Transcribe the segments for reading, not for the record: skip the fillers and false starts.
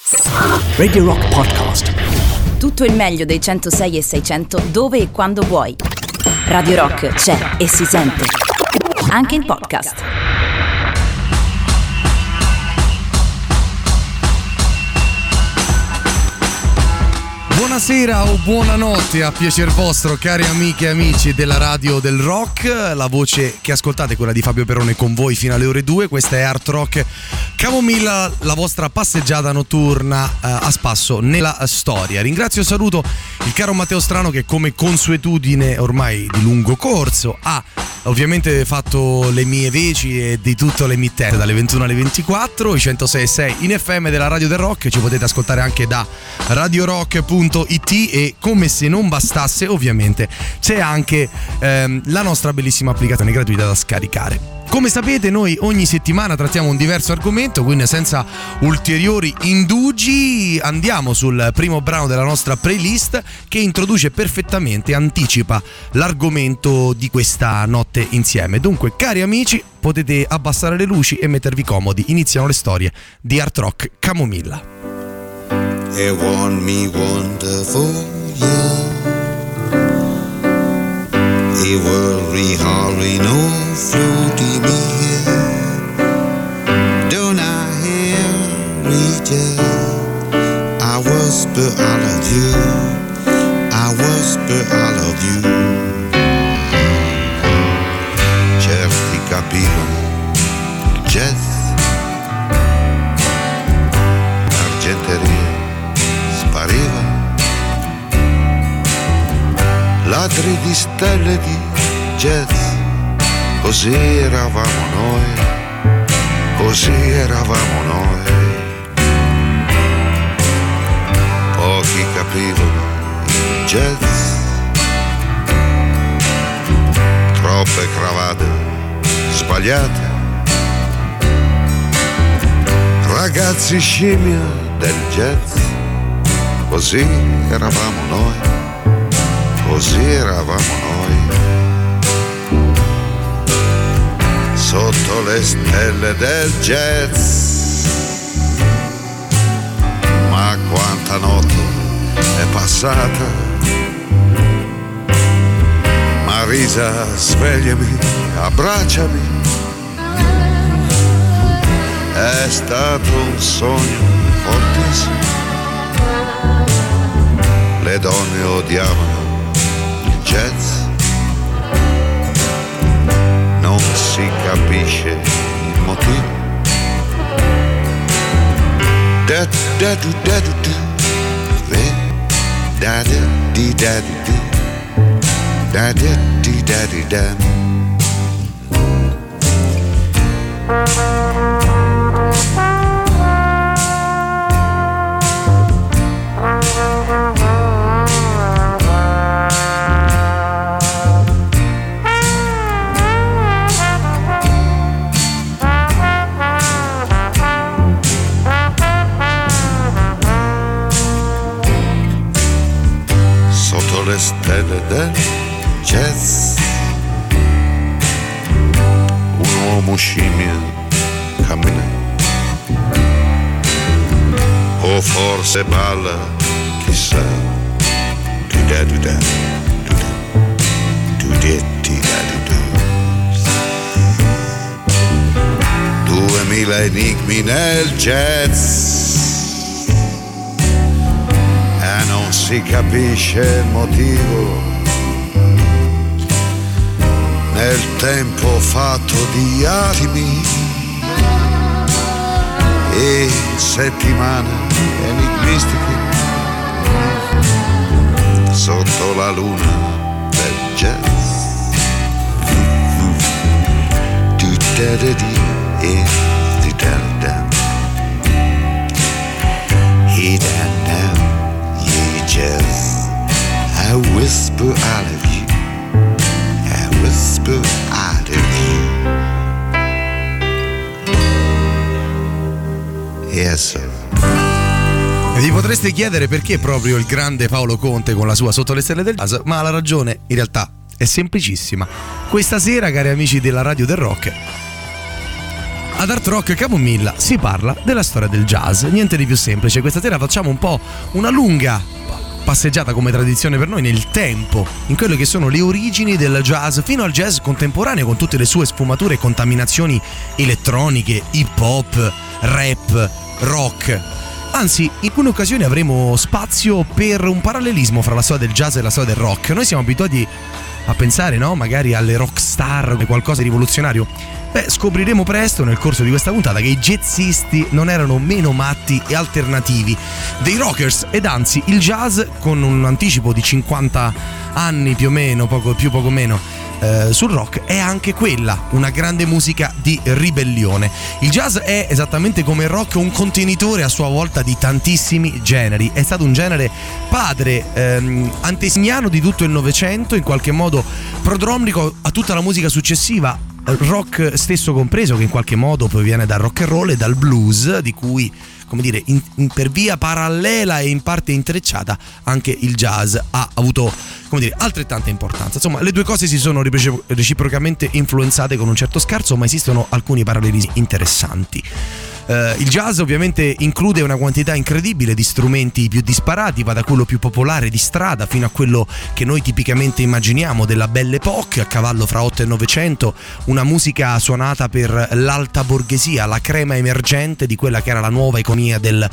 Radio Rock Podcast. Tutto il meglio dei 106 e 600 dove e quando vuoi. Radio Rock c'è e si sente anche in podcast. Buonasera o buonanotte, a piacer vostro, cari amiche e amici della Radio del Rock. La voce che ascoltate è quella di Fabio Perrone con voi fino alle ore 2. Questa è Art Rock Camomilla, la vostra passeggiata notturna a spasso nella storia. Ringrazio e saluto il caro Matteo Strano che, come consuetudine ormai di lungo corso, ha ovviamente fatto le mie veci e di tutto l'emittente dalle 21 alle 24, i 106.6 in FM della Radio del Rock. Ci potete ascoltare anche da radiorock.it e, come se non bastasse, ovviamente c'è anche la nostra bellissima applicazione gratuita da scaricare. Come sapete, noi ogni settimana trattiamo un diverso argomento, quindi senza ulteriori indugi andiamo sul primo brano della nostra playlist, che introduce perfettamente, anticipa l'argomento di questa notte insieme. Dunque, cari amici, potete abbassare le luci e mettervi comodi. Iniziano le storie di Art Rock Camomilla. It won't me wonderful, yeah. It will hurry no floaty me here. Don't I hear reject? I whisper I love you. I whisper I love you. Certi capivano il jazz, l'argenteria spariva, ladri di stelle di jazz. Così eravamo noi, così eravamo noi. Pochi capivano il jazz, troppe cravatte sbagliate, ragazzi scimmia del jazz. Così eravamo noi, così eravamo noi. Sotto le stelle del jazz. Ma quanta notte è passata. Marisa, svegliami, abbracciami. È stato un sogno fortissimo. Le donne odiavano il jazz. Non si capisce il motivo. Da da du da du du, da da di da di di, da da di da di da. Le stelle del jazz, un uomo scimmia cammina, o forse balla, chissà. Du-da-du-da, du-da, du-da-di-da-du-da. 2000 enigmi nel jazz. Non si capisce il motivo. Nel tempo fatto di attimi e settimane enigmistiche, sotto la luna del jazz. Du-da-da-di e du-da-da-da. He-da-da. Jazz. I whisper I love you. I whisper I love you. Yes, sir. E vi potreste chiedere perché proprio il grande Paolo Conte con la sua Sotto le stelle del jazz, ma la ragione in realtà è semplicissima. Questa sera, cari amici della Radio del Rock, Ad Art Rock Camomilla si parla della storia del jazz, niente di più semplice. Questa sera facciamo un po' una lunga passeggiata, come tradizione per noi, nel tempo, in quelle che sono le origini del jazz fino al jazz contemporaneo, con tutte le sue sfumature e contaminazioni elettroniche, hip hop, rap, rock. Anzi, in alcune occasioni avremo spazio per un parallelismo fra la storia del jazz e la storia del rock. Noi siamo abituati a pensare, no? Magari alle rock star come qualcosa di rivoluzionario. Scopriremo presto nel corso di questa puntata che i jazzisti non erano meno matti e alternativi dei rockers, ed anzi il jazz, con un anticipo di 50 anni più o meno, poco più poco meno, sul rock, è anche quella una grande musica di ribellione. Il jazz è, esattamente come il rock, un contenitore a sua volta di tantissimi generi. È stato un genere padre, antesignano di tutto il Novecento, in qualche modo prodromico a tutta la musica successiva, rock stesso compreso, che in qualche modo proviene dal rock and roll e dal blues, di cui, come dire, per via parallela e in parte intrecciata anche il jazz ha avuto, come dire, altrettanta importanza. Insomma, le due cose si sono reciprocamente influenzate con un certo scarso, ma esistono alcuni parallelismi interessanti. Il jazz ovviamente include una quantità incredibile di strumenti più disparati, va da quello più popolare di strada fino a quello che noi tipicamente immaginiamo della Belle Époque, a cavallo fra 8 e 900, una musica suonata per l'alta borghesia, la crema emergente di quella che era la nuova economia del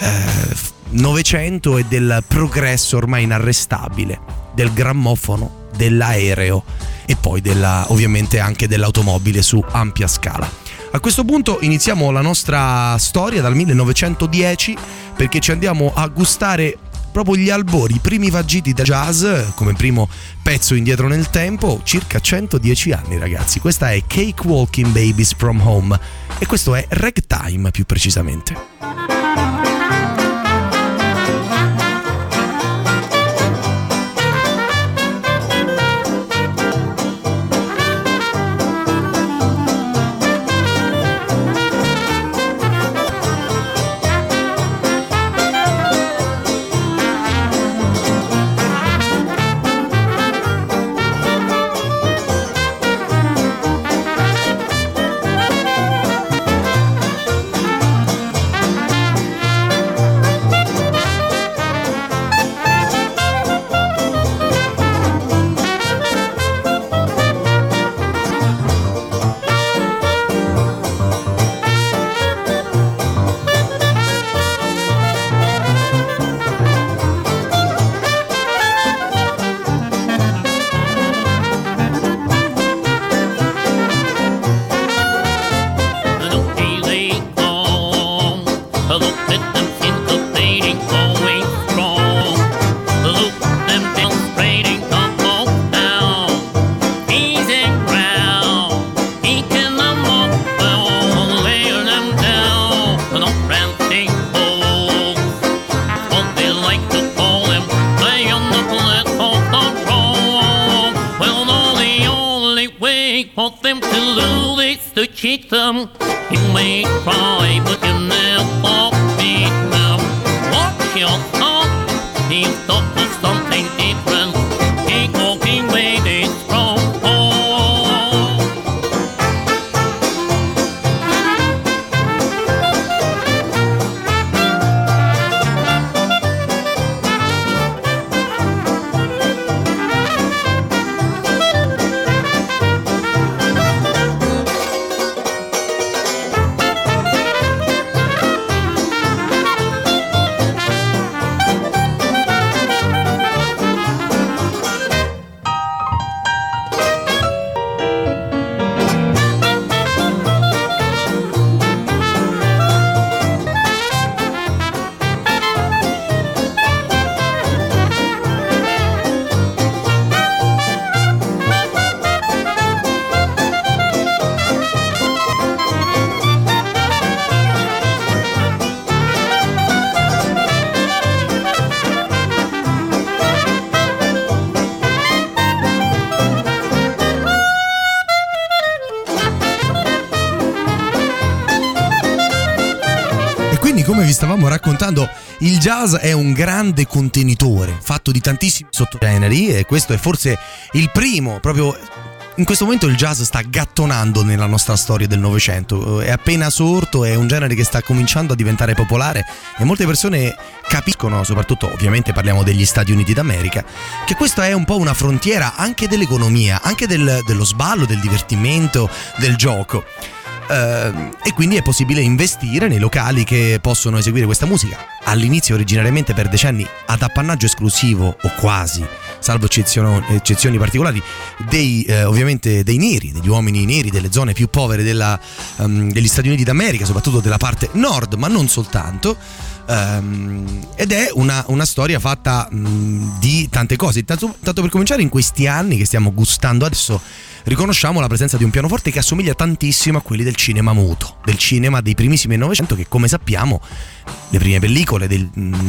Novecento e del progresso ormai inarrestabile del grammofono, dell'aereo e poi ovviamente anche dell'automobile su ampia scala. A questo punto iniziamo la nostra storia dal 1910, perché ci andiamo a gustare proprio gli albori, i primi vagiti del jazz, come primo pezzo indietro nel tempo, circa 110 anni, ragazzi. Questa è Cake Walking Babies from Home e questo è Ragtime, più precisamente. Want them to lose it, to cheat them. You may cry, but you never beat them. Watch your thought, he's got to something different. Keep walking with it strong. Come vi stavamo raccontando, il jazz è un grande contenitore fatto di tantissimi sottogeneri, e questo è forse il primo, proprio in questo momento il jazz sta gattonando nella nostra storia del Novecento, è appena sorto, è un genere che sta cominciando a diventare popolare e molte persone capiscono, soprattutto ovviamente parliamo degli Stati Uniti d'America, che questa è un po' una frontiera anche dell'economia, anche dello sballo, del divertimento, del gioco. E quindi è possibile investire nei locali che possono eseguire questa musica. All'inizio, originariamente per decenni, ad appannaggio esclusivo o quasi, salvo eccezioni particolari, ovviamente dei neri, degli uomini neri delle zone più povere degli Stati Uniti d'America, soprattutto della parte nord, ma non soltanto. Ed è una storia fatta di tante cose. Tanto per cominciare, in questi anni che stiamo gustando adesso, riconosciamo la presenza di un pianoforte che assomiglia tantissimo a quelli del cinema muto, del cinema dei primissimi Novecento, che come sappiamo le prime pellicole del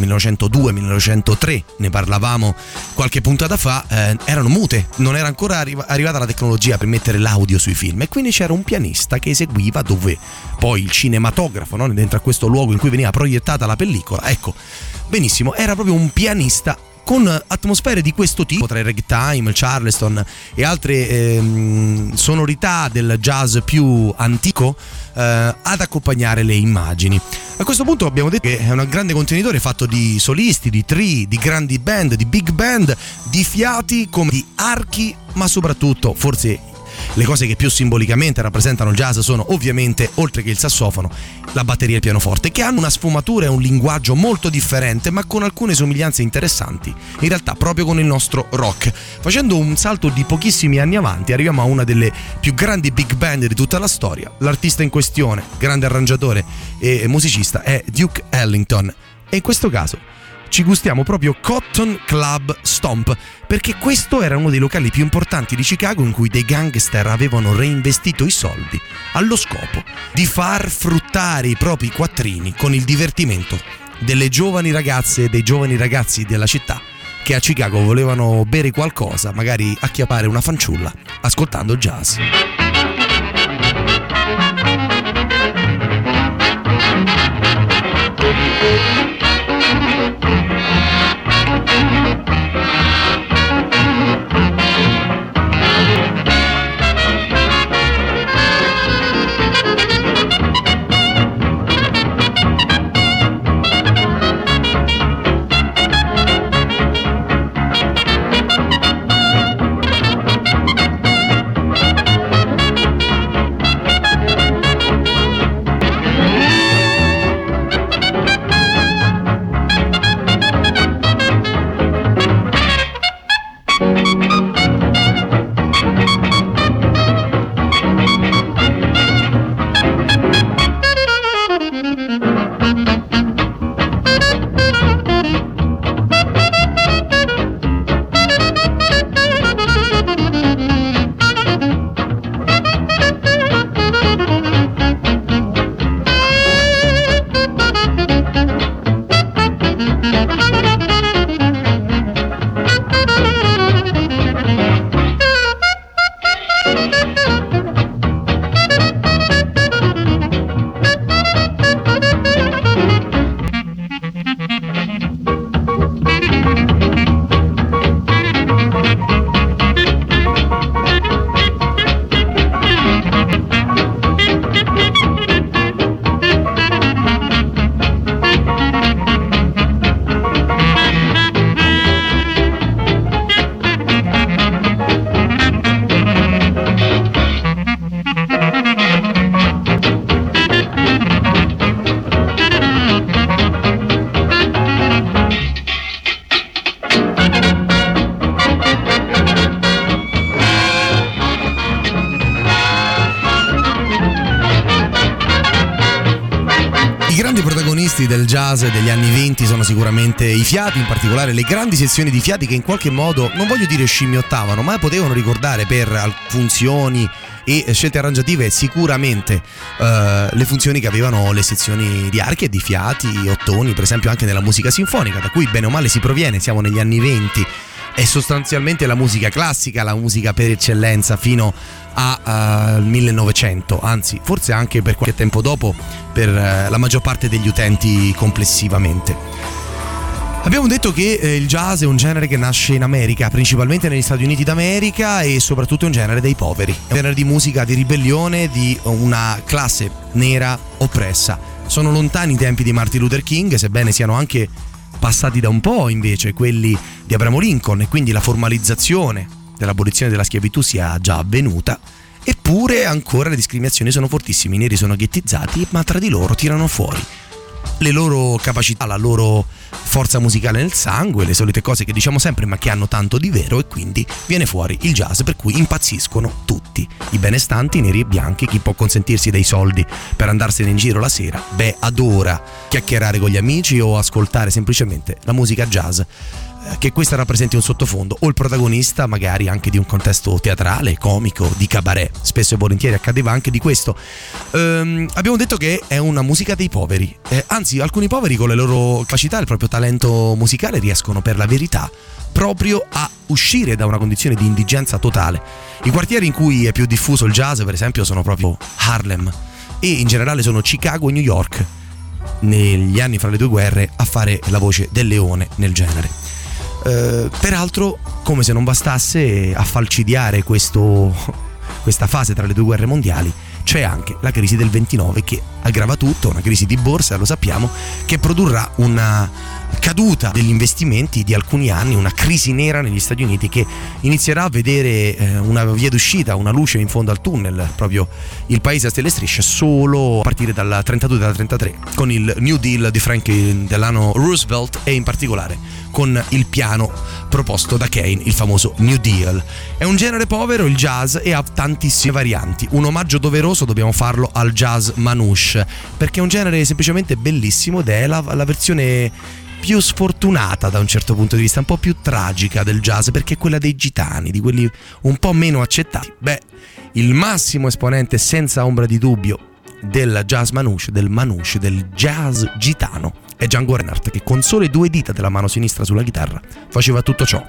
1902-1903, ne parlavamo qualche puntata fa, erano mute, non era ancora arrivata la tecnologia per mettere l'audio sui film, e quindi c'era un pianista che eseguiva dove poi il cinematografo, no? Dentro a questo luogo in cui veniva proiettata la pellicola, ecco, benissimo, era proprio un pianista con atmosfere di questo tipo, tra il ragtime, il charleston e altre sonorità del jazz più antico, ad accompagnare le immagini. A questo punto abbiamo detto che è un grande contenitore fatto di solisti, di tri, di grandi band, di big band, di fiati come di archi, ma soprattutto forse le cose che più simbolicamente rappresentano il jazz sono ovviamente, oltre che il sassofono, la batteria e il pianoforte, che hanno una sfumatura e un linguaggio molto differente, ma con alcune somiglianze interessanti, in realtà proprio con il nostro rock. Facendo un salto di pochissimi anni avanti, arriviamo a una delle più grandi big band di tutta la storia. L'artista in questione, grande arrangiatore e musicista, è Duke Ellington, e in questo caso ci gustiamo proprio Cotton Club Stomp, perché questo era uno dei locali più importanti di Chicago in cui dei gangster avevano reinvestito i soldi allo scopo di far fruttare i propri quattrini con il divertimento delle giovani ragazze e dei giovani ragazzi della città che a Chicago volevano bere qualcosa, magari acchiappare una fanciulla ascoltando jazz. Del jazz degli anni 20 sono sicuramente i fiati, in particolare le grandi sezioni di fiati che in qualche modo, non voglio dire scimmiottavano, ma potevano ricordare per funzioni e scelte arrangiative sicuramente le funzioni che avevano le sezioni di archi e di fiati, ottoni, per esempio anche nella musica sinfonica, da cui bene o male si proviene, siamo negli anni 20, è sostanzialmente la musica classica, la musica per eccellenza fino al 1900, anzi forse anche per qualche tempo dopo per la maggior parte degli utenti complessivamente. Abbiamo detto che il jazz è un genere che nasce in America, principalmente negli Stati Uniti d'America, e soprattutto è un genere dei poveri, è un genere di musica di ribellione di una classe nera oppressa. Sono lontani i tempi di Martin Luther King, sebbene siano anche passati da un po' invece quelli di Abraham Lincoln, e quindi la formalizzazione dell'abolizione della schiavitù sia già avvenuta. Eppure ancora le discriminazioni sono fortissime, i neri sono ghettizzati, ma tra di loro tirano fuori le loro capacità, la loro forza musicale nel sangue, le solite cose che diciamo sempre ma che hanno tanto di vero, e quindi viene fuori il jazz, per cui impazziscono tutti, i benestanti, i neri e bianchi. Chi può consentirsi dei soldi per andarsene in giro la sera, adora chiacchierare con gli amici o ascoltare semplicemente la musica jazz, che questa rappresenti un sottofondo o il protagonista magari anche di un contesto teatrale, comico, di cabaret. Spesso e volentieri accadeva anche di questo. Abbiamo detto che è una musica dei poveri, anzi alcuni poveri con le loro capacità e il proprio talento musicale riescono per la verità proprio a uscire da una condizione di indigenza totale. I quartieri in cui è più diffuso il jazz, per esempio, sono proprio Harlem, e in generale sono Chicago e New York, negli anni fra le due guerre, a fare la voce del leone nel genere. Peraltro, come se non bastasse a falcidiare questa fase tra le due guerre mondiali, c'è anche la crisi del 29 che aggrava tutto, una crisi di borsa, lo sappiamo, che produrrà una caduta degli investimenti di alcuni anni, una crisi nera negli Stati Uniti che inizierà a vedere una via d'uscita, una luce in fondo al tunnel, proprio il paese a stelle e strisce, solo a partire dal 32 e dal 33, con il New Deal di Franklin Delano Roosevelt, e in particolare con il piano proposto da Keynes, il famoso New Deal. È un genere povero il jazz, e ha tantissime varianti. Un omaggio doveroso dobbiamo farlo al jazz manouche, perché è un genere semplicemente bellissimo ed è la versione più sfortunata da un certo punto di vista, un po' più tragica del jazz, perché è quella dei gitani, di quelli un po' meno accettati. Il massimo esponente senza ombra di dubbio del jazz manouche, del jazz gitano, è Django Reinhardt, che con sole 2 dita della mano sinistra sulla chitarra faceva tutto ciò.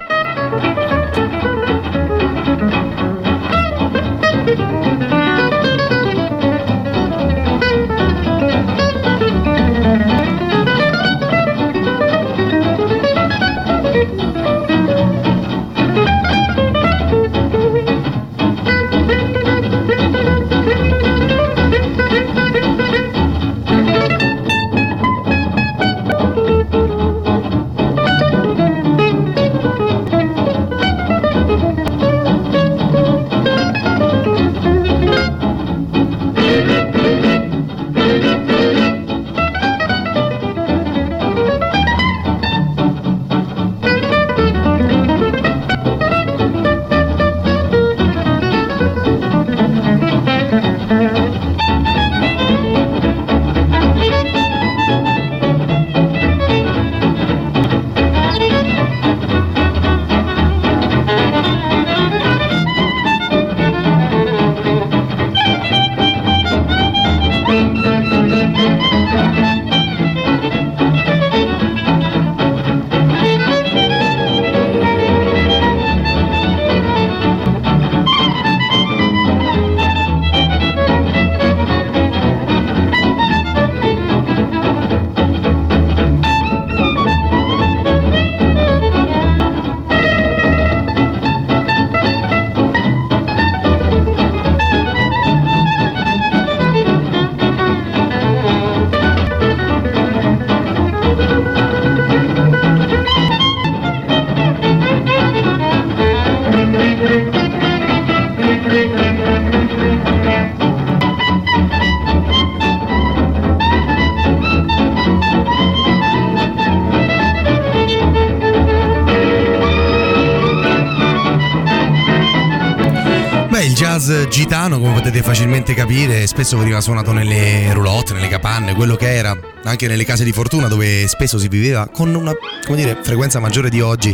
jazz gitano, come potete facilmente capire, spesso veniva suonato nelle roulotte, nelle capanne, quello che era, anche nelle case di fortuna, dove spesso si viveva con una, come dire, frequenza maggiore di oggi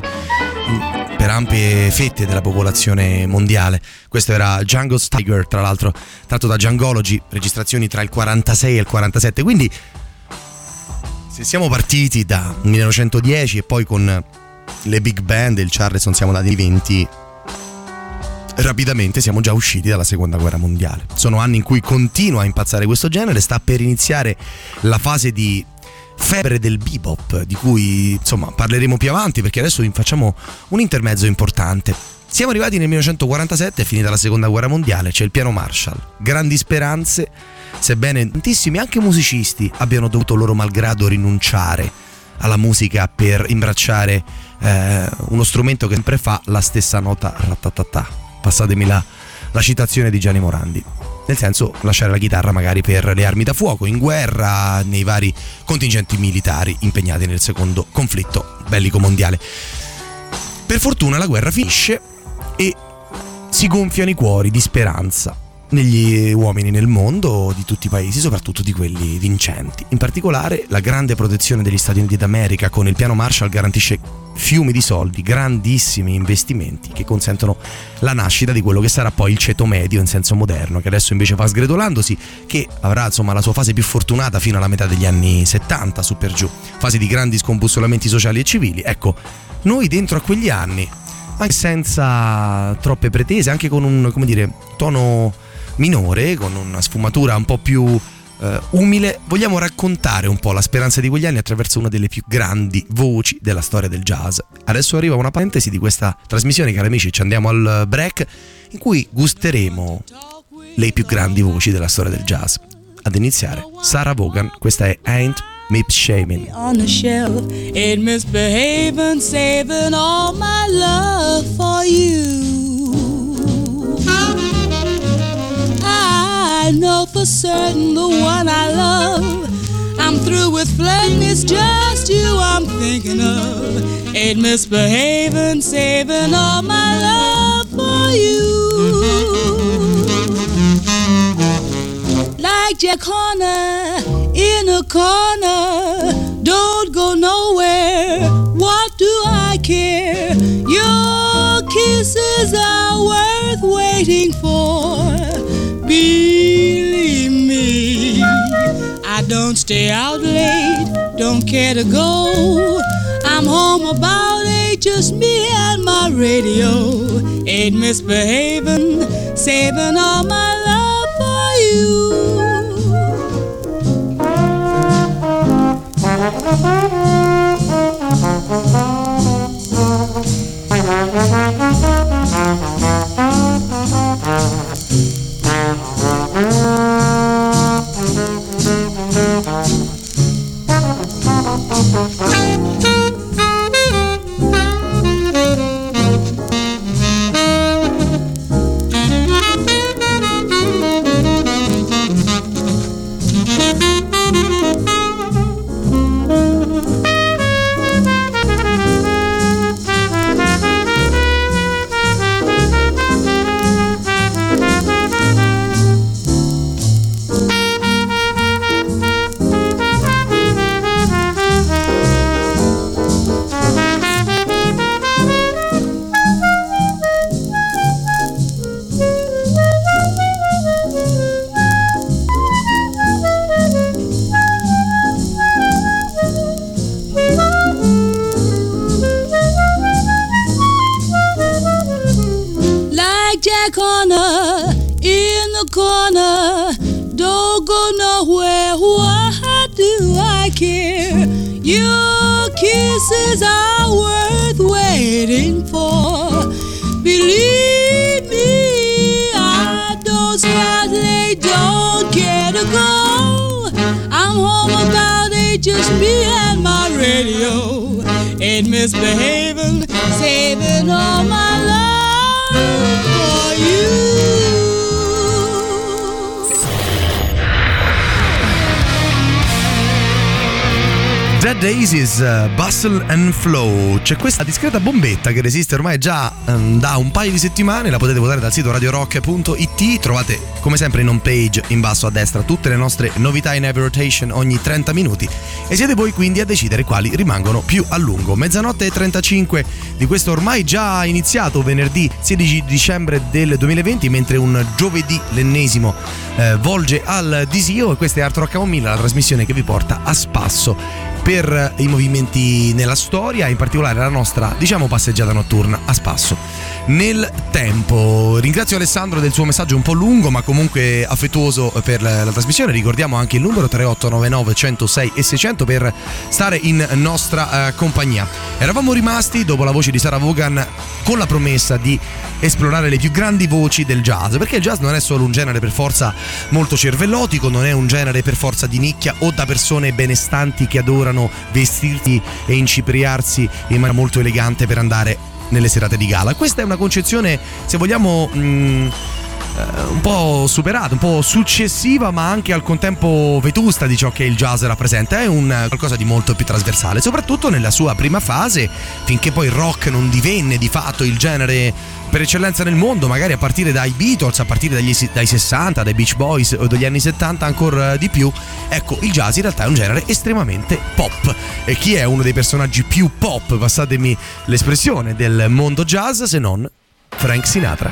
per ampie fette della popolazione mondiale. Questo era Django's Tiger, tra l'altro tratto da Djangology, registrazioni tra il 46 e il 47. Quindi se siamo partiti da 1910 e poi con le big band e il Charleston siamo andati ai 20, rapidamente siamo già usciti dalla seconda guerra mondiale. Sono anni in cui continua a impazzare questo genere, sta per iniziare la fase di febbre del bebop, di cui insomma parleremo più avanti, perché adesso vi facciamo un intermezzo importante. Siamo arrivati nel 1947, è finita la seconda guerra mondiale, c'è il piano Marshall, grandi speranze, sebbene tantissimi anche musicisti abbiano dovuto loro malgrado rinunciare alla musica per imbracciare uno strumento che sempre fa la stessa nota ratatatà, passatemi la citazione di Gianni Morandi, nel senso lasciare la chitarra magari per le armi da fuoco, in guerra, nei vari contingenti militari impegnati nel secondo conflitto bellico mondiale. Per fortuna la guerra finisce e si gonfiano i cuori di speranza negli uomini nel mondo, di tutti i paesi, soprattutto di quelli vincenti. In particolare la grande protezione degli Stati Uniti d'America con il piano Marshall garantisce fiumi di soldi, grandissimi investimenti che consentono la nascita di quello che sarà poi il ceto medio in senso moderno, che adesso invece va sgretolandosi, che avrà insomma la sua fase più fortunata fino alla metà degli anni 70 su per giù, fase di grandi scombussolamenti sociali e civili. Ecco, noi dentro a quegli anni, anche senza troppe pretese, anche con un, come dire, tono minore, con una sfumatura un po' più umile, vogliamo raccontare un po' la speranza di quegli anni attraverso una delle più grandi voci della storia del jazz. Adesso arriva una parentesi di questa trasmissione, cari amici, ci andiamo al break in cui gusteremo le più grandi voci della storia del jazz. Ad iniziare Sarah Vaughan, questa è Ain't Misbehavin'. On the shelf, ain't misbehaving, saving all my love for you. I know for certain the one I love. I'm through with flirting, it's just you I'm thinking of. Ain't misbehaving, saving all my love for you. Like Jack Horner in a corner, don't go nowhere, what do I care? Your kisses are worth waiting for. Believe me, I don't stay out late, don't care to go. I'm home about 8, just me and my radio. Ain't misbehaving, saving all my love for you. Your kisses are worth waiting for. Believe me, I don't start late, don't care to go. I'm home about 8, just me and my radio. Ain't misbehaving, saving all my love for you. Dead Daisies, Bustle and Flow. C'è questa discreta bombetta che resiste ormai già da un paio di settimane. La potete votare dal sito radiorock.it. Trovate come sempre in home page in basso a destra tutte le nostre novità in heavy rotation ogni 30 minuti e siete voi quindi a decidere quali rimangono più a lungo. 00:35 di questo ormai già iniziato venerdì 16 dicembre del 2020, mentre un giovedì, l'ennesimo, volge al disio. E questa è Art Rock Camomilla, la trasmissione che vi porta a spasso per i movimenti nella storia, in particolare la nostra, diciamo, passeggiata notturna a spasso. nel tempo. Ringrazio Alessandro del suo messaggio un po' lungo ma comunque affettuoso per la trasmissione. Ricordiamo anche il numero 3899 106 e 600 per stare in nostra compagnia. Eravamo rimasti dopo la voce di Sarah Vaughan con la promessa di esplorare le più grandi voci del jazz, perché il jazz non è solo un genere per forza molto cervellotico, non è un genere per forza di nicchia o da persone benestanti che adorano vestirsi e incipriarsi in maniera molto elegante per andare nelle serate di gala. Questa è una concezione, se vogliamo, un po' superata, un po' successiva, ma anche al contempo vetusta di ciò che il jazz rappresenta. È un qualcosa di molto più trasversale, soprattutto nella sua prima fase, finché poi il rock non divenne di fatto il genere per eccellenza nel mondo, magari a partire dai Beatles, a partire dai 60, dai Beach Boys o dagli anni 70 ancora di più. Ecco, il jazz in realtà è un genere estremamente pop. E chi è uno dei personaggi più pop, passatemi l'espressione, del mondo jazz se non Frank Sinatra?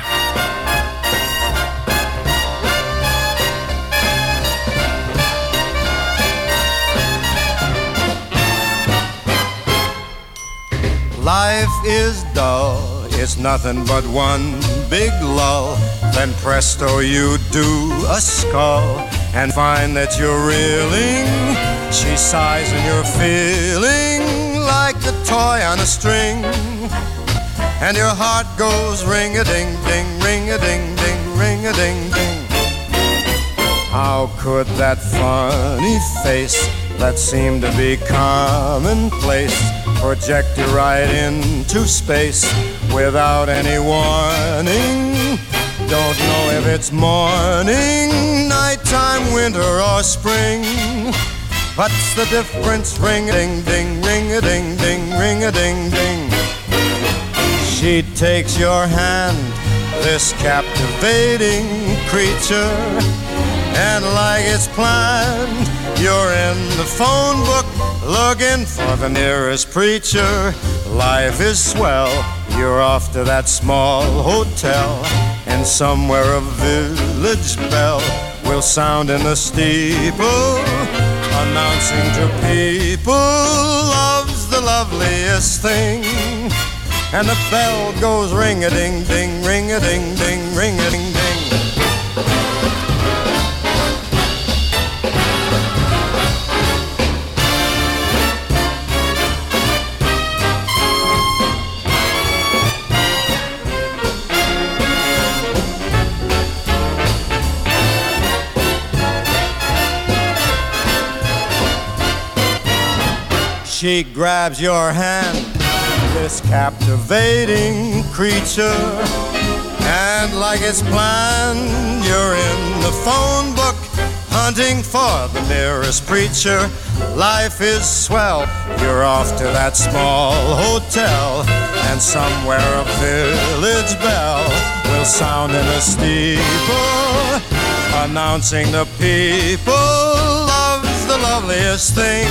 Life is dull, it's nothing but one big lull. Then presto you do a skull and find that you're reeling. She sighs and you're feeling like a toy on a string. And your heart goes ring-a-ding-ding, ring-a-ding-ding, ring-a-ding-ding. How could that funny face that seemed to be commonplace project you right into space without any warning? Don't know if it's morning, nighttime, winter or spring. What's the difference? Ring-a-ding-ding, ring-a-ding-ding, ring-a-ding-ding. She takes your hand, this captivating creature, and like it's planned, you're in the phone book looking for the nearest preacher. Life is swell, you're off to that small hotel, and somewhere a village bell will sound in the steeple, announcing to people love's the loveliest thing. And the bell goes ring-a-ding-ding, ring-a-ding-ding, ring-a-ding-ding. She grabs your hand, this captivating creature, and like it's planned, you're in the phone book hunting for the nearest preacher. Life is swell, you're off to that small hotel, and somewhere a village bell will sound in a steeple, announcing to people love's the loveliest thing.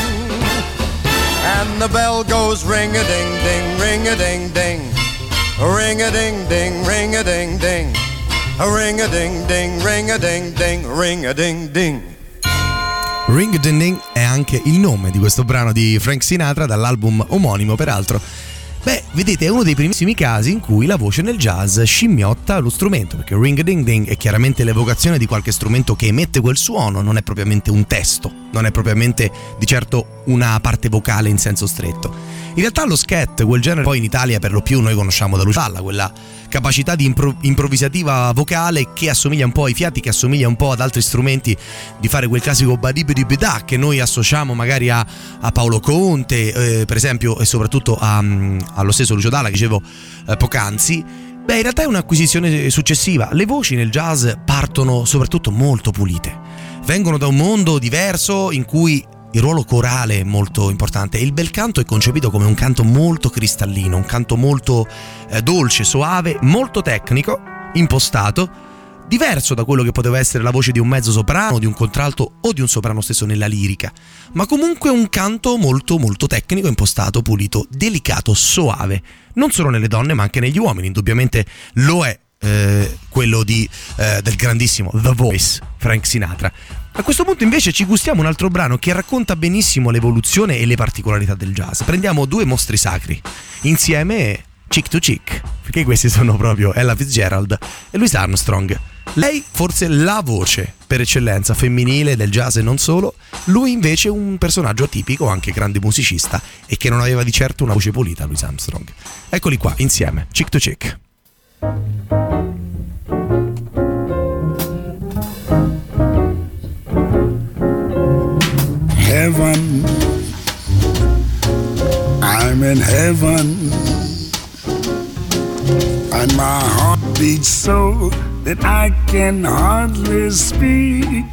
And the bell goes ring-a-ding-ding, ring-a-ding-ding, ring-a-ding-ding, ring-a-ding-ding, ring-a-ding-ding, ring-a-ding-ding, ring-a-ding-ding. Ring-a-ding-ding è anche il nome di questo brano di Frank Sinatra dall'album omonimo, peraltro. Beh, vedete, è uno dei primissimi casi in cui la voce nel jazz scimmiotta lo strumento, perché ring-a-ding-ding è chiaramente l'evocazione di qualche strumento che emette quel suono, non è propriamente un testo, non è propriamente di certo una parte vocale in senso stretto. In realtà lo scat, quel genere poi in Italia per lo più noi conosciamo da Lucio Dalla, quella capacità di improvvisativa vocale che assomiglia un po' ai fiati, che assomiglia un po' ad altri strumenti, di fare quel classico badibidibida che noi associamo magari a Paolo Conte, per esempio, e soprattutto allo stesso Lucio Dalla che dicevo poc'anzi. Beh, in realtà è un'acquisizione successiva. Le voci nel jazz partono soprattutto molto pulite, vengono da un mondo diverso in cui il ruolo corale è molto importante e il bel canto è concepito come un canto molto cristallino, un canto molto dolce, soave, molto tecnico, impostato, diverso da quello che poteva essere la voce di un mezzo soprano, di un contralto o di un soprano stesso nella lirica, ma comunque un canto molto molto tecnico, impostato, pulito, delicato, soave, non solo nelle donne ma anche negli uomini. Indubbiamente lo è quello del grandissimo The Voice, Frank Sinatra. A questo punto invece ci gustiamo un altro brano che racconta benissimo l'evoluzione e le particolarità del jazz. Prendiamo due mostri sacri insieme, Chick to Chick, che questi sono proprio Ella Fitzgerald e Louis Armstrong. Lei forse la voce per eccellenza femminile del jazz e non solo, lui invece un personaggio atipico, anche grande musicista e che non aveva di certo una voce pulita, Louis Armstrong. Eccoli qua insieme, Chick to Chick. Heaven, I'm in heaven, and my heart beats so that I can hardly speak,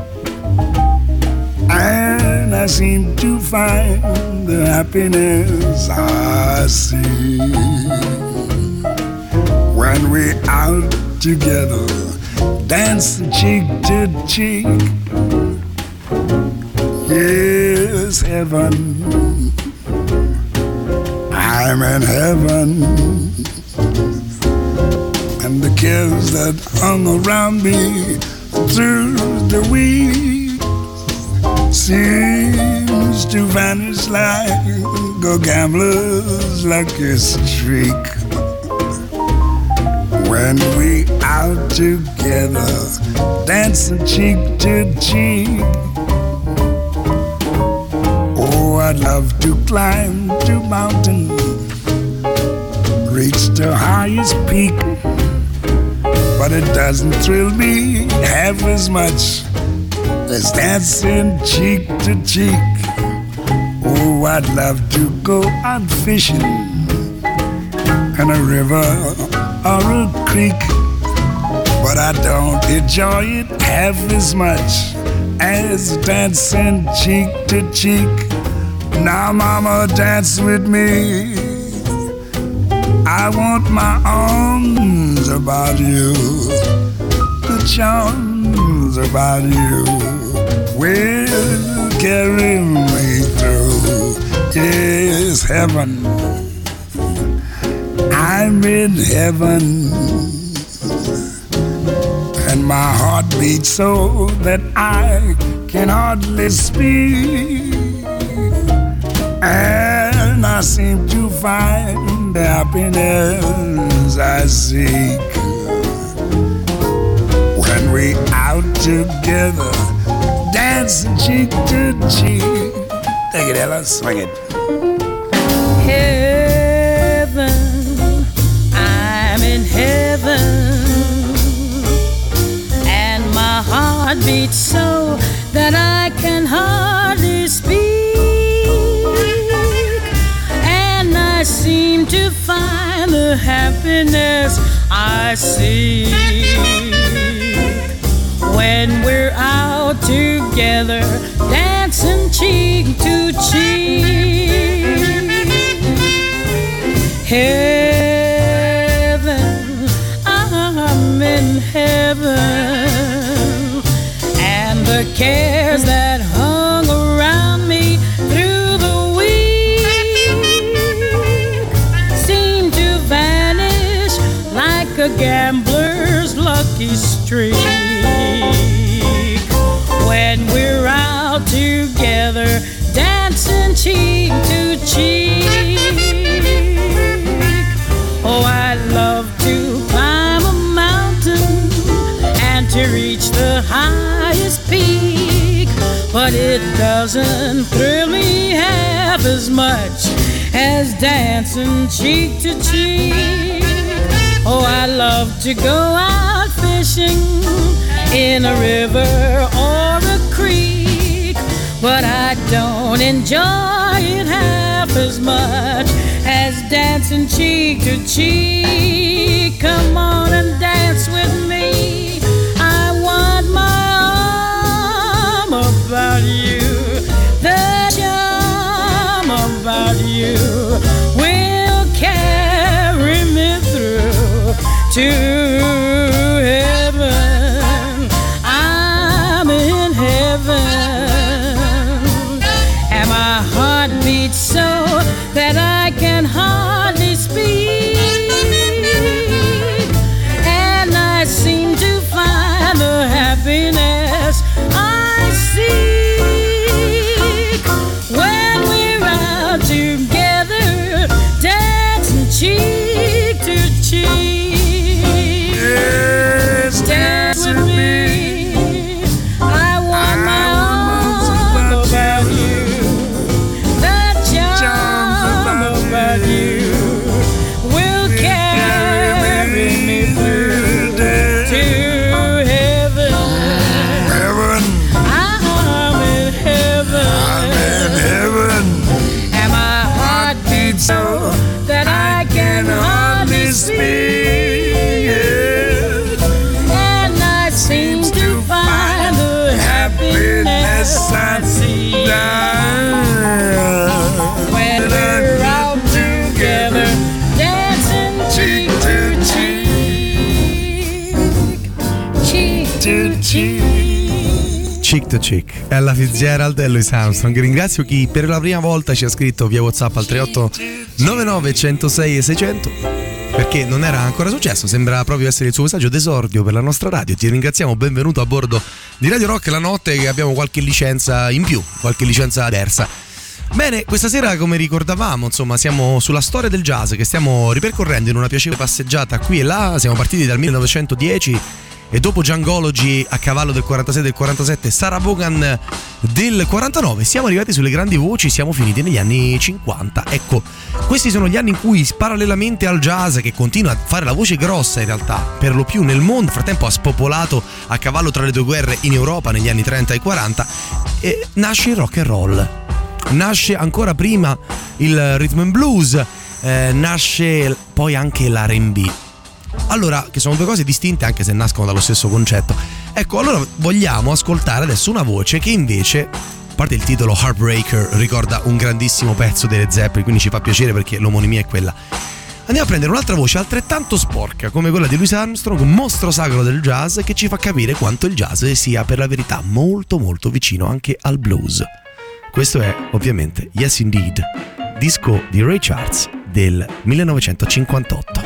and I seem to find the happiness I see when we're out together, dancing cheek to cheek. Yes, heaven, I'm in heaven, and the cares that hung around me through the week seems to vanish like a gambler's lucky streak. When we out together, dancing cheek to cheek. Oh, I'd love to climb the mountain, reach the highest peak, but it doesn't thrill me half as much as dancing cheek to cheek. Oh, I'd love to go out fishing in a river or a creek, but I don't enjoy it half as much as dancing cheek to cheek. Now, mama, dance with me. I want my arms about you, the charms about you will carry me through. Yes, heaven, I'm in heaven, and my heart beats so that I can hardly speak, and I seem to find the happiness I seek when we out together, dancing cheek to cheek. Take it, Ella, swing it. Heaven, I'm in heaven, and my heart beats so that I can hardly speak, and I seem to find the happiness I seek when we're out together, dancing cheek to cheek. Heaven, I'm in heaven, and the cares that hung around me through the week seem to vanish like a gambler's lucky streak when we're out together, dancing cheek to cheek. Oh, I love to climb a mountain and to reach the highest peak, but it doesn't thrill me half as much as dancing cheek to cheek. Oh, I love to go out fishing in a river or a creek, but I don't enjoy it half as much as dancing cheek to cheek. Come on and dance with me. I want my arm about you. The charm about you will carry me through to heaven. I'm in heaven, and my heart beats so that I can hardly speak, and I seem to find the happiness I seek when we're out together, dancing cheek to cheek. but you will carry me through to heaven. I'm in heaven. And my heart beats so that I can hardly speak. And I seem to find the happiness I see when we're out together, dancing cheek to cheek, cheek to cheek. Cheek to cheek, Ella Fitzgerald e Louis Armstrong. Ringrazio chi per la prima volta ci ha scritto via WhatsApp al 3899 106 e 600, perché non era ancora successo, sembra proprio essere il suo messaggio d'esordio per la nostra radio. Ti ringraziamo, benvenuto a bordo di Radio Rock la notte che abbiamo qualche licenza in più, qualche licenza diversa. Bene, questa sera, come ricordavamo, insomma, siamo sulla storia del jazz che stiamo ripercorrendo in una piacevole passeggiata qui e là. Siamo partiti dal 1910 e dopo Djangology a cavallo del 46 e del 47, Sarah Vaughan del 49, siamo arrivati sulle grandi voci, siamo finiti negli anni 50. Ecco, questi sono gli anni in cui parallelamente al jazz, che continua a fare la voce grossa in realtà per lo più nel mondo, nel frattempo ha spopolato a cavallo tra le due guerre in Europa negli anni 30 e 40, e nasce il rock and roll. Nasce ancora prima il rhythm and blues, nasce poi anche l'R&B. Allora, che sono due cose distinte anche se nascono dallo stesso concetto. Ecco, allora vogliamo ascoltare adesso una voce che invece, a parte il titolo Heartbreaker, ricorda un grandissimo pezzo delle Zeppelin, quindi ci fa piacere perché l'omonimia è quella. Andiamo a prendere un'altra voce altrettanto sporca come quella di Louis Armstrong, un mostro sacro del jazz che ci fa capire quanto il jazz sia per la verità molto molto vicino anche al blues. Questo è ovviamente Yes Indeed, disco di Ray Charles del 1958.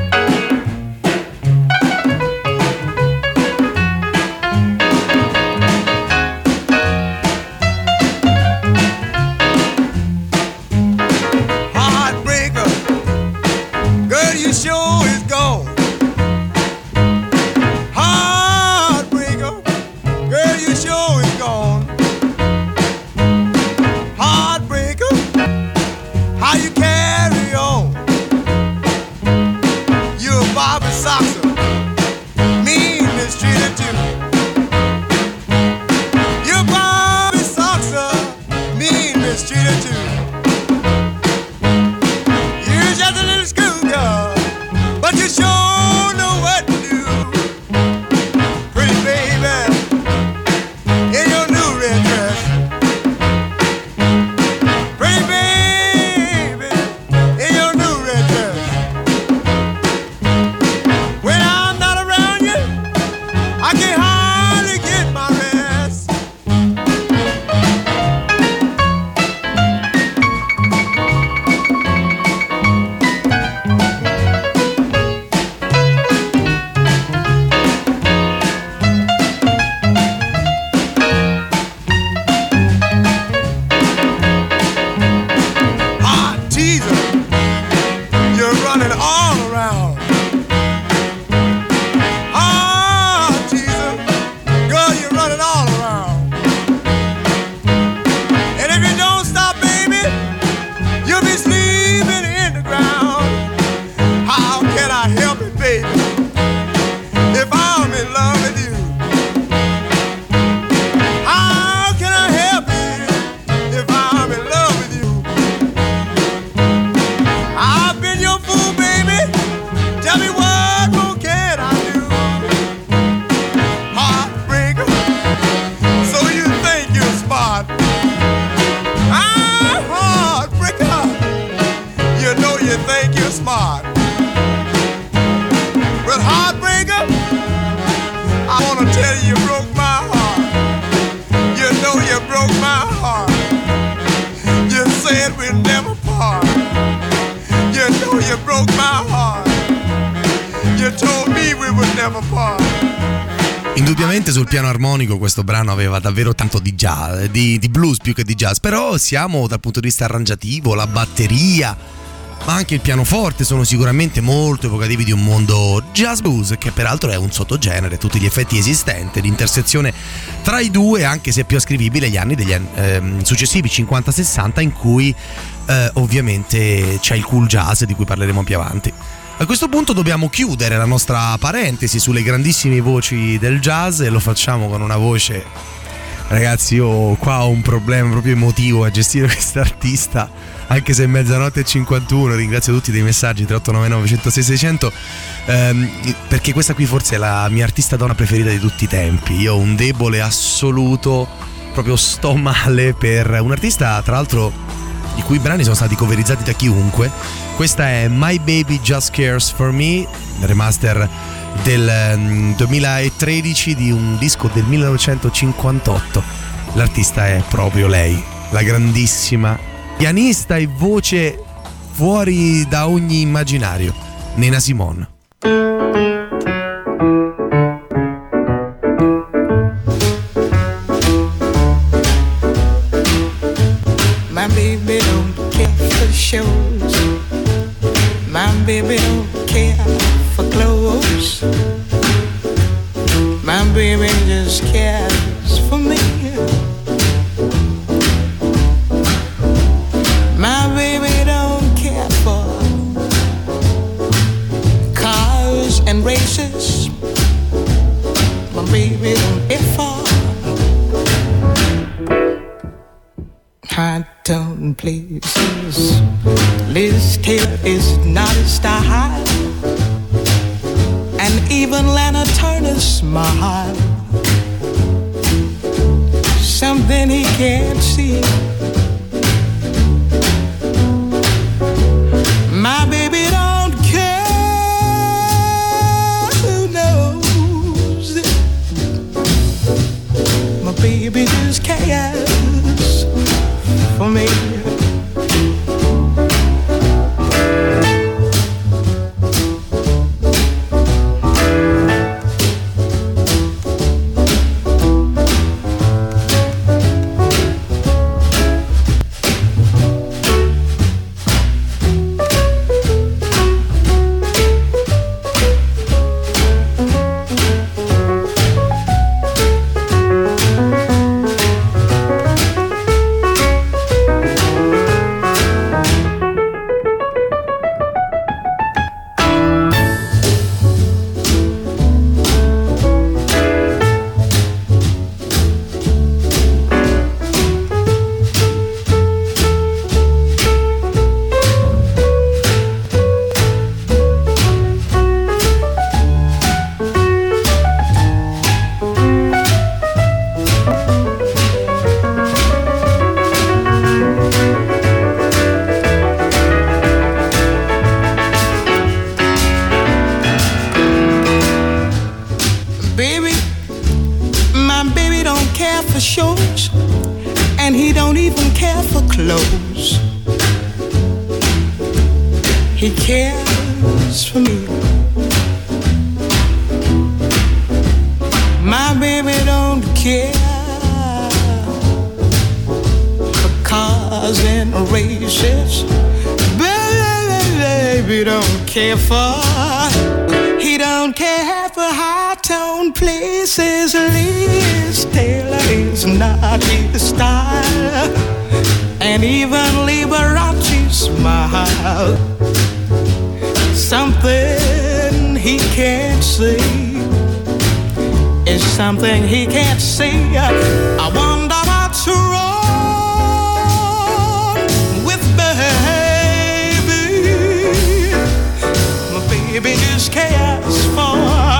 Indubbiamente sul piano armonico questo brano aveva davvero tanto di jazz, di blues più che di jazz, però siamo dal punto di vista arrangiativo, la batteria, ma anche il pianoforte sono sicuramente molto evocativi di un mondo jazz blues, che peraltro è un sottogenere a tutti gli effetti esistente, l'intersezione tra i due, anche se più ascrivibile agli anni degli successivi 50-60, in cui ovviamente c'è il cool jazz di cui parleremo più avanti. A questo punto dobbiamo chiudere la nostra parentesi sulle grandissime voci del jazz, e lo facciamo con una voce, ragazzi, io qua ho un problema proprio emotivo a gestire quest'artista, anche se è 00:51. Ringrazio tutti dei messaggi 3899 106 600, perché questa qui forse è la mia artista donna preferita di tutti i tempi. Io ho un debole assoluto, proprio sto male per un artista, tra l'altro, i cui brani sono stati coverizzati da chiunque. Questa è My Baby Just Cares For Me, remaster del 2013 di un disco del 1958. L'artista è proprio lei, la grandissima pianista e voce fuori da ogni immaginario, Nina Simone. My baby don't care for shows. My baby don't care for clothes. My baby just cares for me. My baby don't care for cars and races. My baby don't care for high-tone places. Liz Taylor is not a style, and even Lana Turner's smile, something he can't see. My baby don't care who knows. My baby just cares for me. He cares for me. My baby don't care for cars and races. Baby don't care for. He don't care for high-tone places. Liz Taylor is not his style, and even Liberace's smile, something he can't see is something he can't see. I wonder what's wrong with baby. My baby just cares for.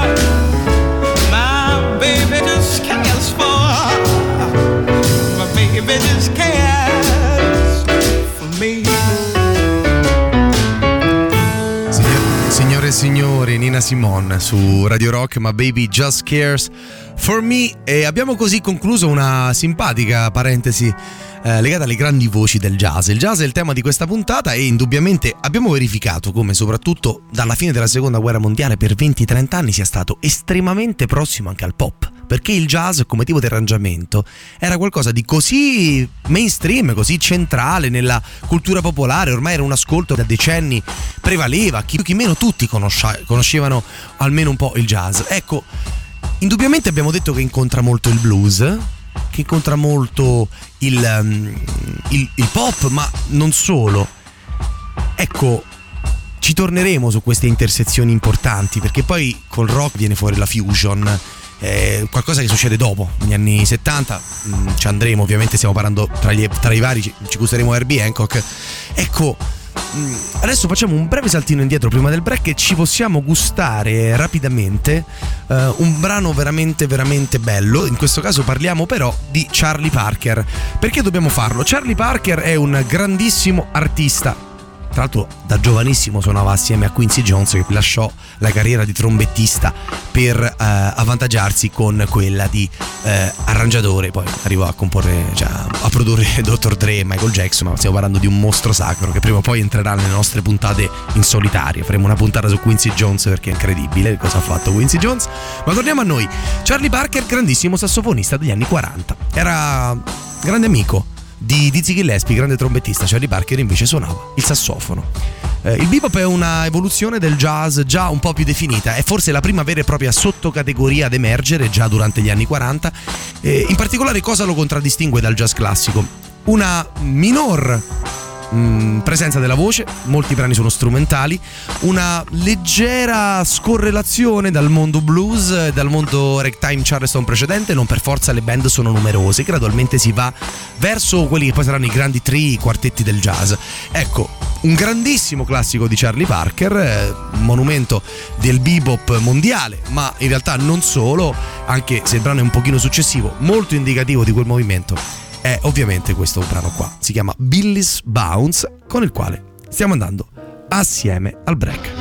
My baby just cares for. My baby just cares for me. Signore e signori, Nina Simone su Radio Rock, My Baby Just Cares For Me. E abbiamo così concluso una simpatica parentesi legata alle grandi voci del jazz. Il jazz è il tema di questa puntata e indubbiamente abbiamo verificato come soprattutto dalla fine della seconda guerra mondiale per 20-30 anni sia stato estremamente prossimo anche al pop. perché il jazz come tipo di arrangiamento era qualcosa di così mainstream, così centrale nella cultura popolare, ormai era un ascolto da decenni, prevaleva, chi più chi meno tutti conoscevano almeno un po' il jazz. Ecco, indubbiamente abbiamo detto che incontra molto il blues, che incontra molto il pop, ma non solo. Ecco, ci torneremo su queste intersezioni importanti, perché poi col rock viene fuori la fusion, qualcosa che succede dopo, negli anni 70, ci andremo, ovviamente stiamo parlando tra i vari, ci gusteremo Herbie Hancock. Ecco, adesso facciamo un breve saltino indietro prima del break e ci possiamo gustare rapidamente un brano veramente veramente bello. In questo caso parliamo però di Charlie Parker. Perché dobbiamo farlo? Charlie Parker è un grandissimo artista. Tra l'altro da giovanissimo suonava assieme a Quincy Jones, che lasciò la carriera di trombettista per avvantaggiarsi con quella di arrangiatore. Poi arrivò a comporre, cioè, a produrre Dr. Dre e Michael Jackson, ma stiamo parlando di un mostro sacro che prima o poi entrerà nelle nostre puntate in solitaria. Faremo una puntata su Quincy Jones perché è incredibile cosa ha fatto Quincy Jones. Ma torniamo a noi. Charlie Parker, grandissimo sassofonista degli anni 40, era grande amico di Dizzy Gillespie, grande trombettista. Charlie Parker invece suonava il sassofono. Il bebop è una evoluzione del jazz già un po' più definita, è forse la prima vera e propria sottocategoria ad emergere già durante gli anni 40. In particolare cosa lo contraddistingue dal jazz classico? Una minor presenza della voce, molti brani sono strumentali, una leggera scorrelazione dal mondo blues e dal mondo ragtime charleston precedente. Non per forza le band sono numerose, gradualmente si va verso quelli che poi saranno i grandi trii, i quartetti del jazz. Ecco, un grandissimo classico di Charlie Parker, monumento del bebop mondiale, ma in realtà non solo, anche se il brano è un pochino successivo, molto indicativo di quel movimento è ovviamente questo brano qua. Si chiama Billy's Bounce, con il quale stiamo andando assieme al break.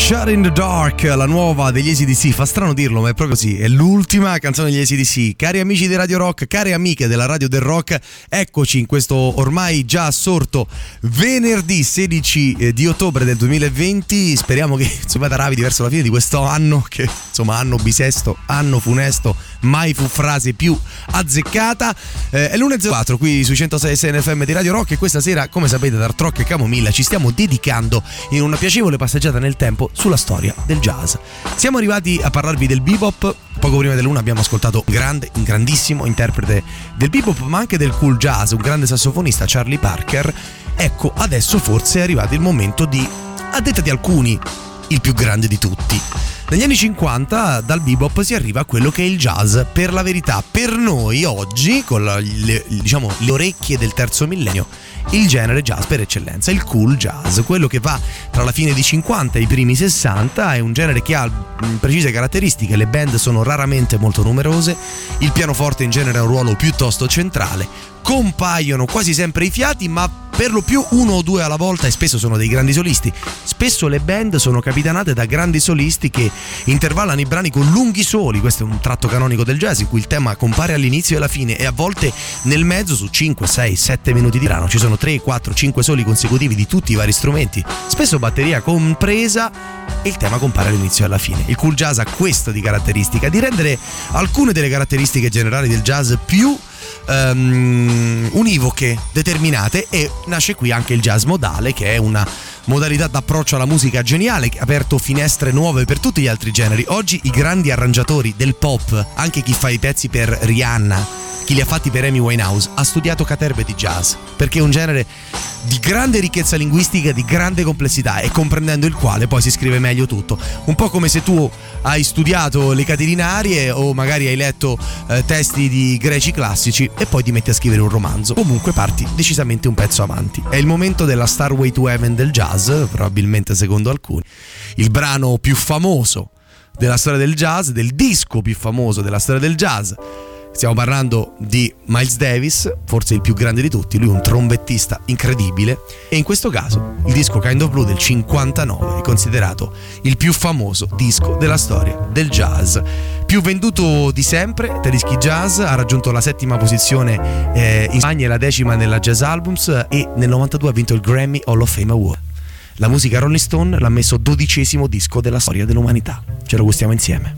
Shut in the Dark, la nuova degli AC/DC. Fa strano dirlo, ma è proprio così. È l'ultima canzone degli AC/DC. Cari amici di Radio Rock, care amiche della Radio del Rock, eccoci in questo ormai già assorto venerdì 16 di ottobre del 2020. Speriamo che insomma ravi verso la fine di questo anno, che insomma anno bisesto, anno funesto, mai fu frase più azzeccata. È l'1:04 qui sui 106 NFM di Radio Rock, e questa sera, come sapete, da Art Rock e Camomilla ci stiamo dedicando in una piacevole passeggiata nel tempo sulla storia del jazz. Siamo arrivati a parlarvi del bebop. Poco prima dell'una abbiamo ascoltato un grandissimo interprete del bebop, ma anche del cool jazz, un grande sassofonista, Charlie Parker. Ecco, adesso forse è arrivato il momento di, a detta di alcuni, il più grande di tutti. Negli anni 50 dal bebop si arriva a quello che è il jazz. Per la verità, per noi oggi, con le orecchie del terzo millennio, il genere jazz per eccellenza, il cool jazz, quello che va tra la fine dei 50 e i primi 60, è un genere che ha precise caratteristiche. Le band sono raramente molto numerose, il pianoforte in genere ha un ruolo piuttosto centrale, compaiono quasi sempre i fiati, ma per lo più uno o due alla volta, e spesso sono dei grandi solisti. Spesso le band sono capitanate da grandi solisti che intervallano i brani con lunghi soli. Questo è un tratto canonico del jazz, in cui il tema compare all'inizio e alla fine, e a volte nel mezzo, su 5, 6, 7 minuti di brano, ci sono 3, 4, 5 soli consecutivi di tutti i vari strumenti, spesso batteria compresa, e il tema compare all'inizio e alla fine. Il cool jazz ha questo di caratteristica, di rendere alcune delle caratteristiche generali del jazz più univoche, determinate, e nasce qui anche il jazz modale, che è una modalità d'approccio alla musica geniale che ha aperto finestre nuove per tutti gli altri generi. Oggi i grandi arrangiatori del pop, anche chi fa i pezzi per Rihanna, chi li ha fatti per Amy Winehouse, ha studiato caterve di jazz, perché è un genere di grande ricchezza linguistica, di grande complessità, e comprendendo il quale poi si scrive meglio tutto. Un po' come se tu hai studiato le catilinarie o magari hai letto testi di greci classici e poi ti metti a scrivere un romanzo. Comunque parti decisamente un pezzo avanti. È il momento della Starway to Heaven del jazz, probabilmente secondo alcuni il brano più famoso della storia del jazz, del disco più famoso della storia del jazz. Stiamo parlando di Miles Davis, forse il più grande di tutti, lui un trombettista incredibile, e in questo caso il disco Kind of Blue del 59 è considerato il più famoso disco della storia del jazz. Più venduto di sempre, Tedeschi Jazz, ha raggiunto la 7ª posizione in Spagna e la 10ª nella Jazz Albums, e nel 92 ha vinto il Grammy Hall of Fame Award. La musica Rolling Stone l'ha messo 12° disco della storia dell'umanità. Ce lo gustiamo insieme.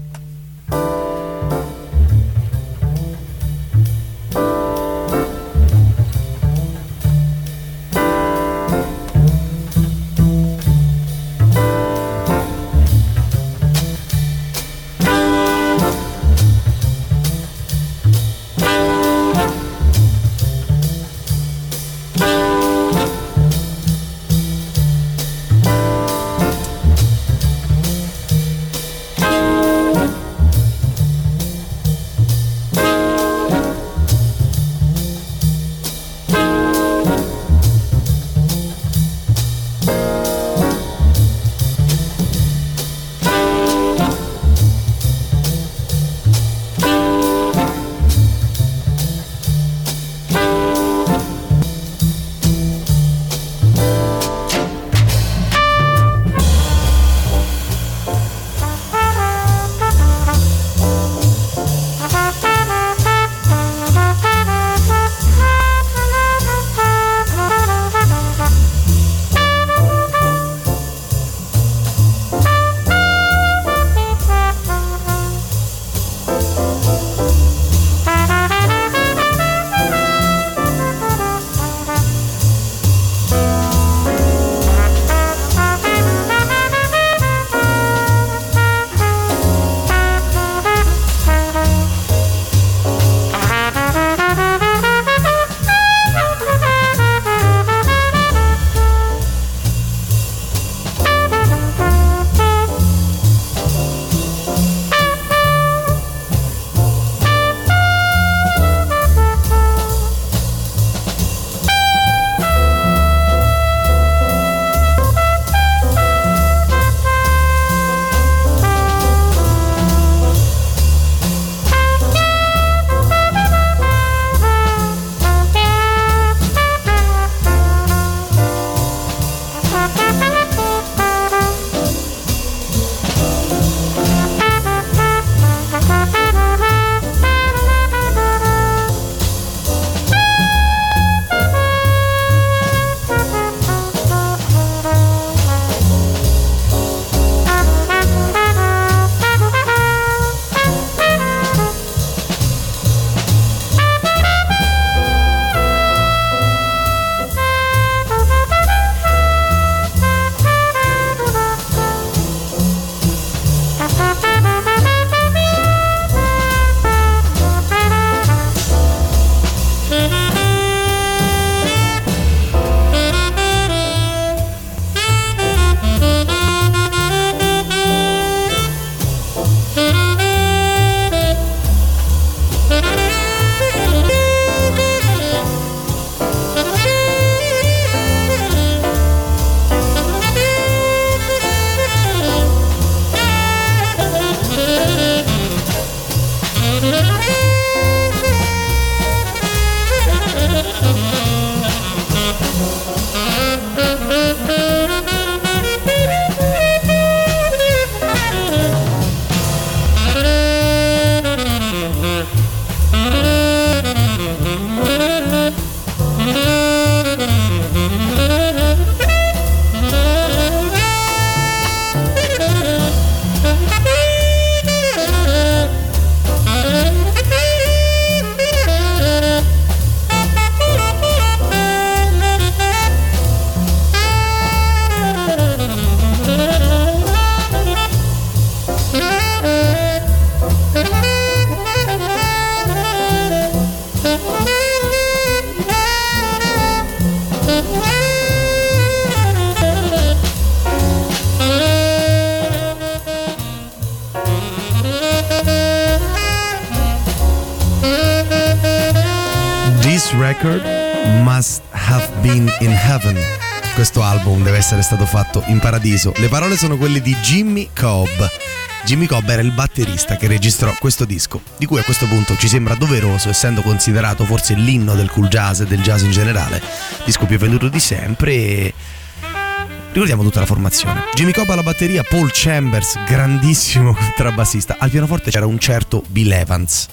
record must have been in heaven. Questo album deve essere stato fatto in paradiso. Le parole sono quelle di Jimmy Cobb. Jimmy Cobb era il batterista che registrò questo disco, di cui a questo punto ci sembra doveroso, essendo considerato forse l'inno del cool jazz e del jazz in generale, disco più venduto di sempre. E ricordiamo tutta la formazione: Jimmy Cobb alla batteria, Paul Chambers, grandissimo contrabbassista, al pianoforte c'era un certo Bill Evans,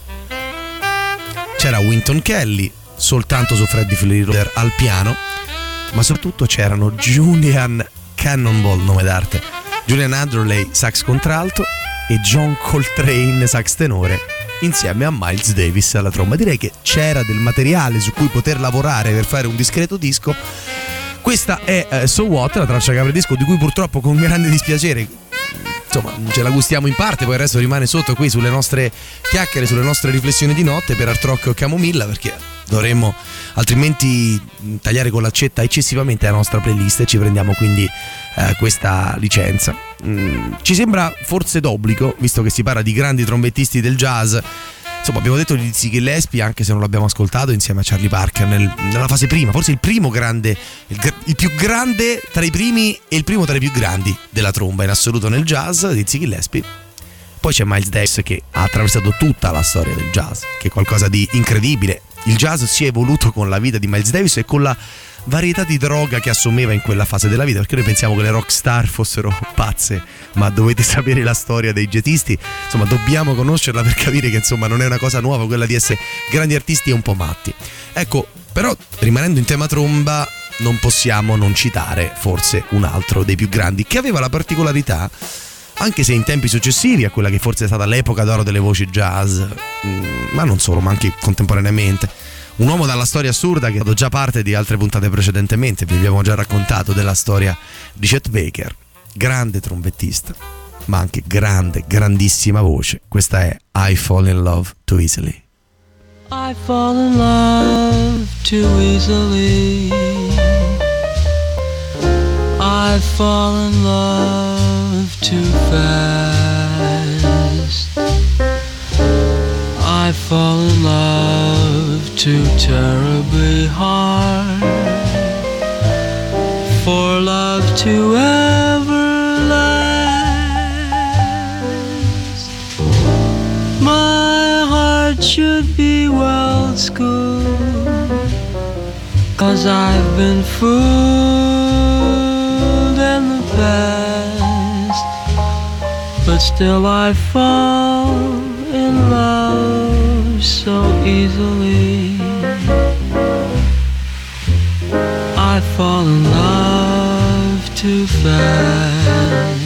c'era Wynton Kelly soltanto su Freddie Fleetwood al piano, ma soprattutto c'erano Julian Cannonball, nome d'arte, Julian Adderley sax contralto e John Coltrane sax tenore, insieme a Miles Davis alla tromba. Direi che c'era del materiale su cui poter lavorare per fare un discreto disco. Questa è So What, la traccia che apre il disco, di cui purtroppo con grande dispiacere, insomma, ce la gustiamo in parte, poi il resto rimane sotto qui sulle nostre chiacchiere, sulle nostre riflessioni di notte per Art Rock o Camomilla, perché dovremmo altrimenti tagliare con l'accetta eccessivamente la nostra playlist e ci prendiamo quindi questa licenza. Ci sembra forse d'obbligo, visto che si parla di grandi trombettisti del jazz. Insomma, abbiamo detto di Dizzy Gillespie, anche se non l'abbiamo ascoltato, insieme a Charlie Parker nella fase prima, forse il primo grande, il più grande tra i primi e il primo tra i più grandi della tromba in assoluto nel jazz, Dizzy Gillespie. Poi c'è Miles Davis, che ha attraversato tutta la storia del jazz, che è qualcosa di incredibile. Il jazz si è evoluto con la vita di Miles Davis e con la varietà di droga che assumeva in quella fase della vita, perché noi pensiamo che le rock star fossero pazze, ma dovete sapere la storia dei jazzisti, insomma dobbiamo conoscerla per capire che insomma non è una cosa nuova quella di essere grandi artisti e un po' matti. Ecco, però rimanendo in tema tromba non possiamo non citare forse un altro dei più grandi, che aveva la particolarità, anche se in tempi successivi a quella che forse è stata l'epoca d'oro delle voci jazz, ma non solo, ma anche contemporaneamente, un uomo dalla storia assurda che ha dato già parte di altre puntate precedentemente. Vi abbiamo già raccontato della storia di Chet Baker, grande trombettista, ma anche grandissima voce. Questa è I Fall in Love Too Easily. I fall in love too easily. I fall in love too fast. I fall in love too terribly hard for love to ever last. My heart should be well schooled, 'cause I've been fooled in the past, but still I fall in love so easily. I fall in love too fast.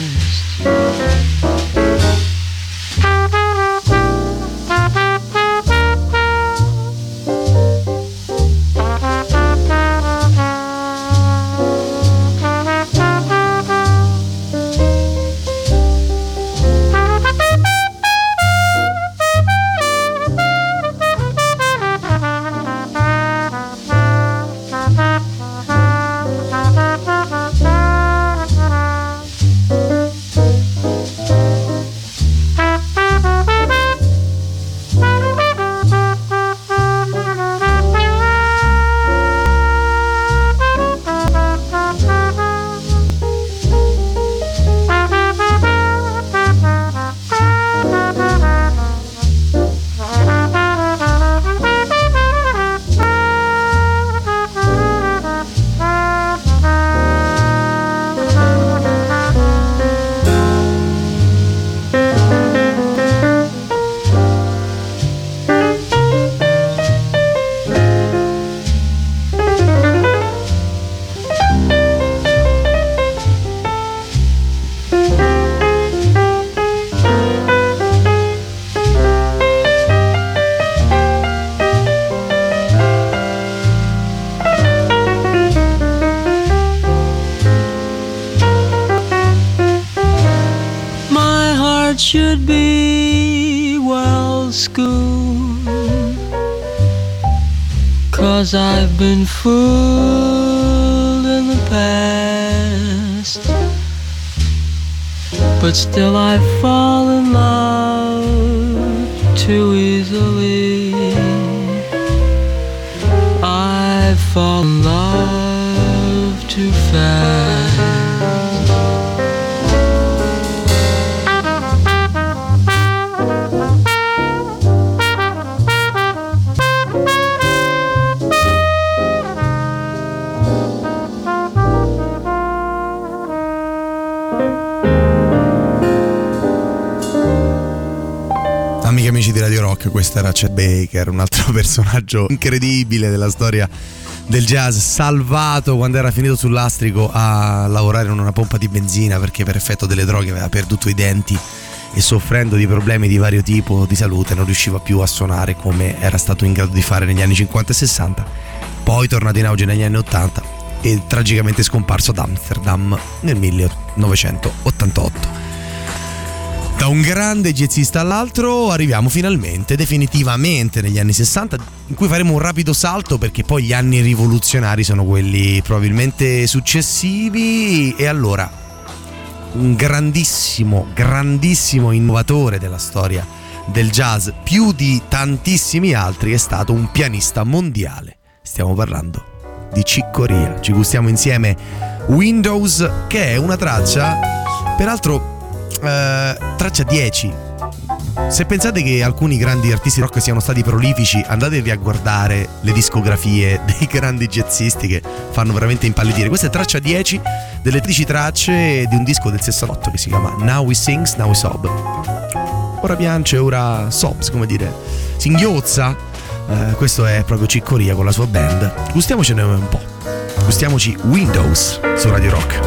Should be well schooled, 'cause I've been fooled in the past, but still I fall in love too easily. fall in love too fast. Amiche e amici di Radio Rock, questo era Chet Baker, un altro personaggio incredibile della storia del jazz, salvato quando era finito sul lastrico a lavorare in una pompa di benzina perché per effetto delle droghe aveva perduto i denti e soffrendo di problemi di vario tipo di salute non riusciva più a suonare come era stato in grado di fare negli anni 50 e 60, poi tornato in auge negli anni 80 e tragicamente scomparso ad Amsterdam nel 1988. Da un grande jazzista all'altro arriviamo finalmente, definitivamente negli anni 60, in cui faremo un rapido salto perché poi gli anni rivoluzionari sono quelli probabilmente successivi. E allora, un grandissimo innovatore della storia del jazz, più di tantissimi altri, è stato un pianista mondiale. Stiamo parlando di Chick Corea. Ci gustiamo insieme Windows, che è una traccia, peraltro traccia 10. Se pensate che alcuni grandi artisti rock siano stati prolifici, andatevi a guardare le discografie dei grandi jazzisti che fanno veramente impallidire. Questa è traccia 10 delle 13 tracce di un disco del 68 che si chiama Now We Sings, Now We Sob. Ora piange, ora sobs, come dire, singhiozza. Questo è proprio Chick Corea con la sua band. Gustiamocene un po'. Gustiamoci Windows su Radio Rock.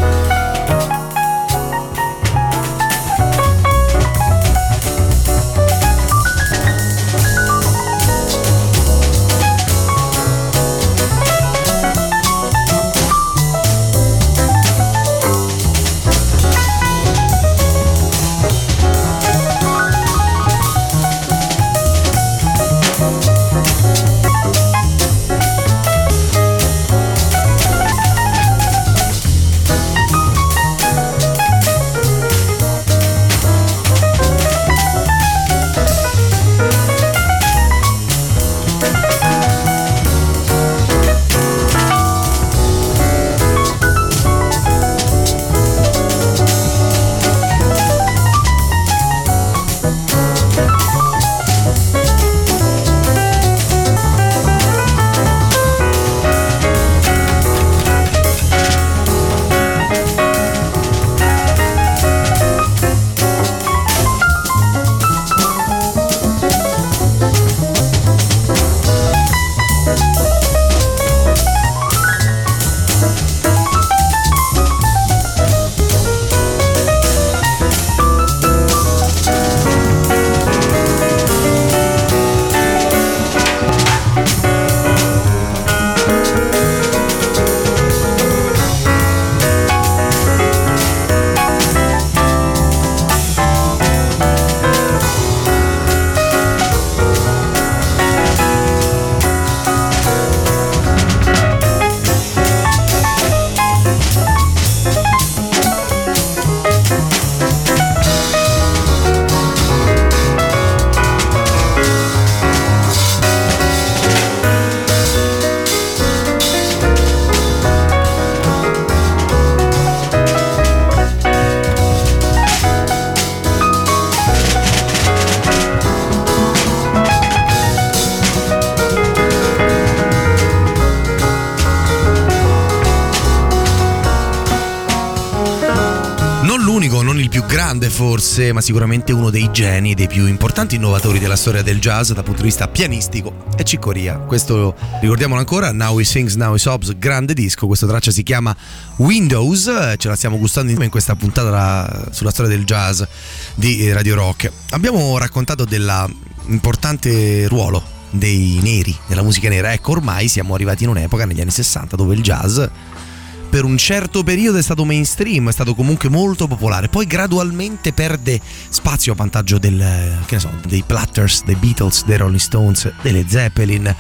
Forse, ma sicuramente uno dei geni, dei più importanti innovatori della storia del jazz dal punto di vista pianistico è Chick Corea. Questo, ricordiamolo ancora, Now We Sings, Now We Sobs, grande disco. Questa traccia si chiama Windows, ce la stiamo gustando in questa puntata sulla storia del jazz di Radio Rock. Abbiamo raccontato dell'importante ruolo dei neri, della musica nera. Ecco, ormai siamo arrivati in un'epoca, negli anni 60, dove il jazz per un certo periodo è stato mainstream, è stato comunque molto popolare, poi gradualmente perde spazio a vantaggio dei Platters, dei Beatles, dei Rolling Stones, dei Led Zeppelin,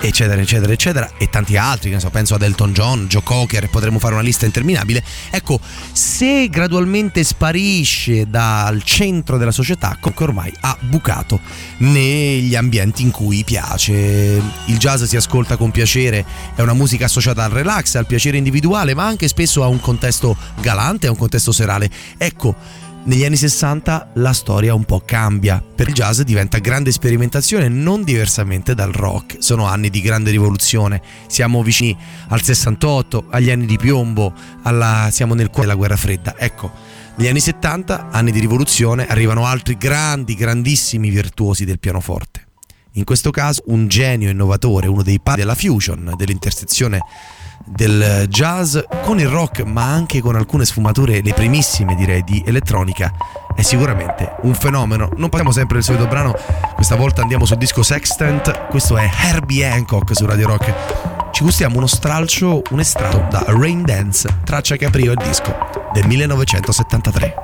eccetera eccetera eccetera, e tanti altri, che ne so, penso ad Elton John, Joe Cocker, potremmo fare una lista interminabile. Ecco, se gradualmente sparisce dal centro della società, comunque ormai ha bucato negli ambienti in cui piace. Il jazz si ascolta con piacere, è una musica associata al relax, al piacere individuale, ma anche spesso a un contesto galante, a un contesto serale. Ecco, negli anni 60 la storia un po' cambia. Per il jazz diventa grande sperimentazione, non diversamente dal rock. Sono anni di grande rivoluzione, siamo vicini al 68, agli anni di piombo, siamo nel cuore della guerra fredda. Ecco, negli anni 70, anni di rivoluzione, arrivano altri grandissimi virtuosi del pianoforte. In questo caso un genio innovatore, uno dei padri della fusion, dell'intersezione del jazz con il rock, ma anche con alcune sfumature, le primissime direi, di elettronica. È sicuramente un fenomeno. Non parliamo sempre del solito brano, questa volta andiamo sul disco Sextant. Questo è Herbie Hancock su Radio Rock. Ci gustiamo uno stralcio, un estratto da Rain Dance, traccia che apriva il disco del 1973.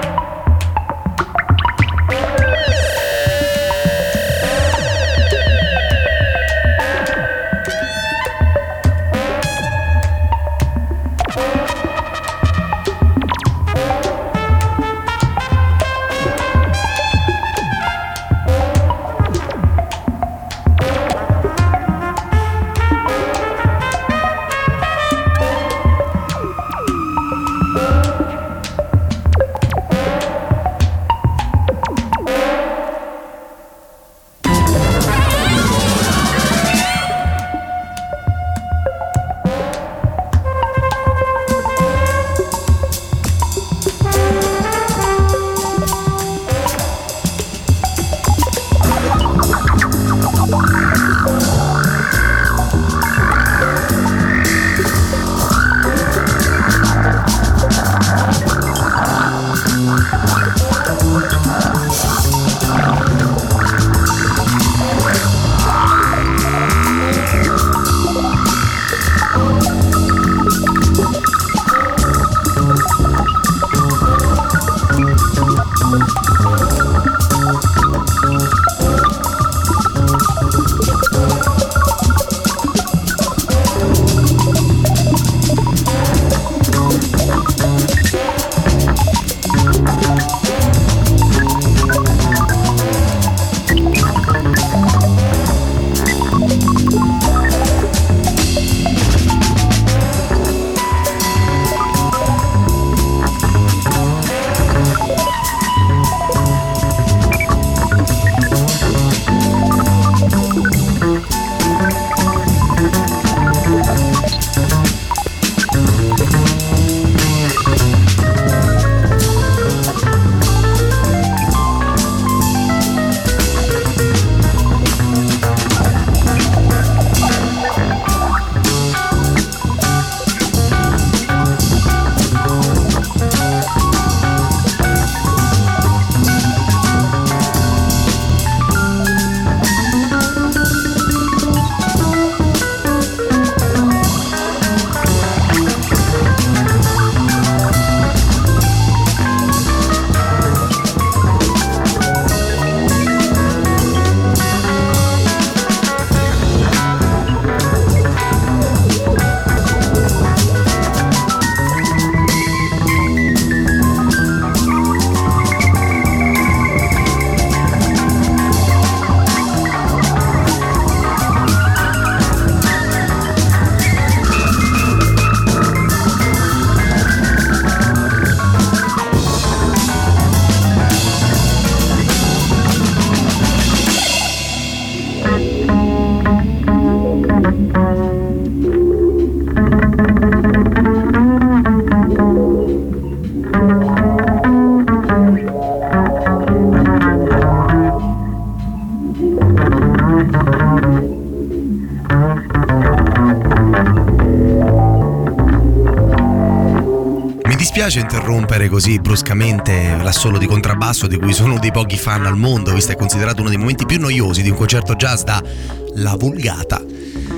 dispiace interrompere così bruscamente l'assolo di contrabbasso di cui sono uno dei pochi fan al mondo, visto che è considerato uno dei momenti più noiosi di un concerto jazz da La Vulgata.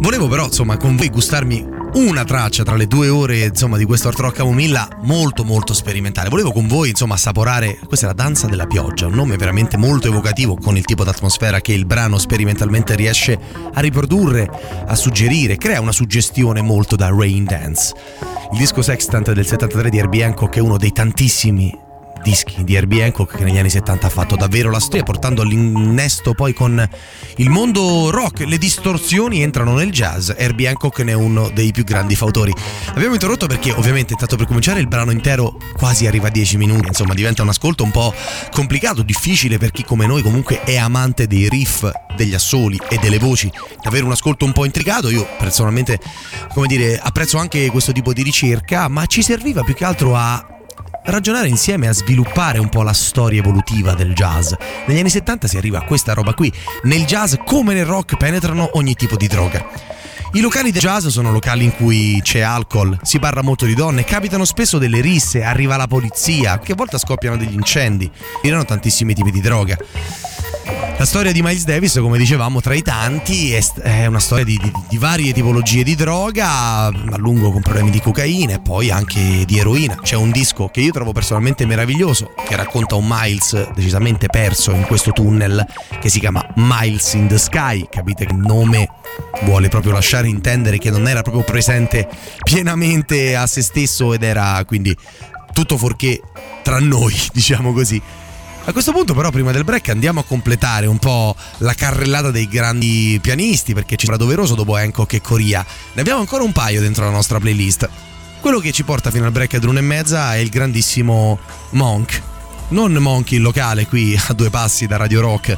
Volevo però insomma con voi gustarmi una traccia tra le 2 ore insomma di questo Art Rock Camomilla molto molto sperimentale. Volevo con voi insomma assaporare, questa è la danza della pioggia, un nome veramente molto evocativo con il tipo d'atmosfera che il brano sperimentalmente riesce a riprodurre, a suggerire, crea una suggestione molto da Rain Dance. Il disco Sextant del 73 di Herbie Hancock è uno dei tantissimi dischi di Herbie Hancock che negli anni 70 ha fatto davvero la storia, portando all'innesto poi con il mondo rock. Le distorsioni entrano nel jazz, Herbie Hancock ne è uno dei più grandi fautori. Abbiamo interrotto perché ovviamente, intanto per cominciare, il brano intero quasi arriva a 10 minuti, insomma diventa un ascolto un po' complicato, difficile per chi come noi comunque è amante dei riff, degli assoli e delle voci, davvero un ascolto un po' intricato. Io personalmente, come dire, apprezzo anche questo tipo di ricerca, ma ci serviva più che altro a ragionare insieme, a sviluppare un po' la storia evolutiva del jazz. Negli anni 70 si arriva a questa roba qui. Nel jazz, come nel rock, penetrano ogni tipo di droga. I locali del jazz sono locali in cui c'è alcol, si parla molto di donne, capitano spesso delle risse, arriva la polizia, che a volte scoppiano degli incendi, erano tantissimi tipi di droga. La storia di Miles Davis, come dicevamo, tra i tanti è una storia di varie tipologie di droga, a lungo con problemi di cocaina e poi anche di eroina. C'è un disco che io trovo personalmente meraviglioso, che racconta un Miles decisamente perso in questo tunnel, che si chiama Miles in the Sky. Capite che il nome vuole proprio lasciare intendere che non era proprio presente pienamente a se stesso ed era quindi tutto fuorché tra noi, diciamo così. A questo punto però, prima del break, andiamo a completare un po' la carrellata dei grandi pianisti, perché ci sembra doveroso dopo Hancock e Coria. Ne abbiamo ancora un paio dentro la nostra playlist. Quello che ci porta fino al break ad 1:30 è il grandissimo Monk. Non Monk il locale qui a 2 passi da Radio Rock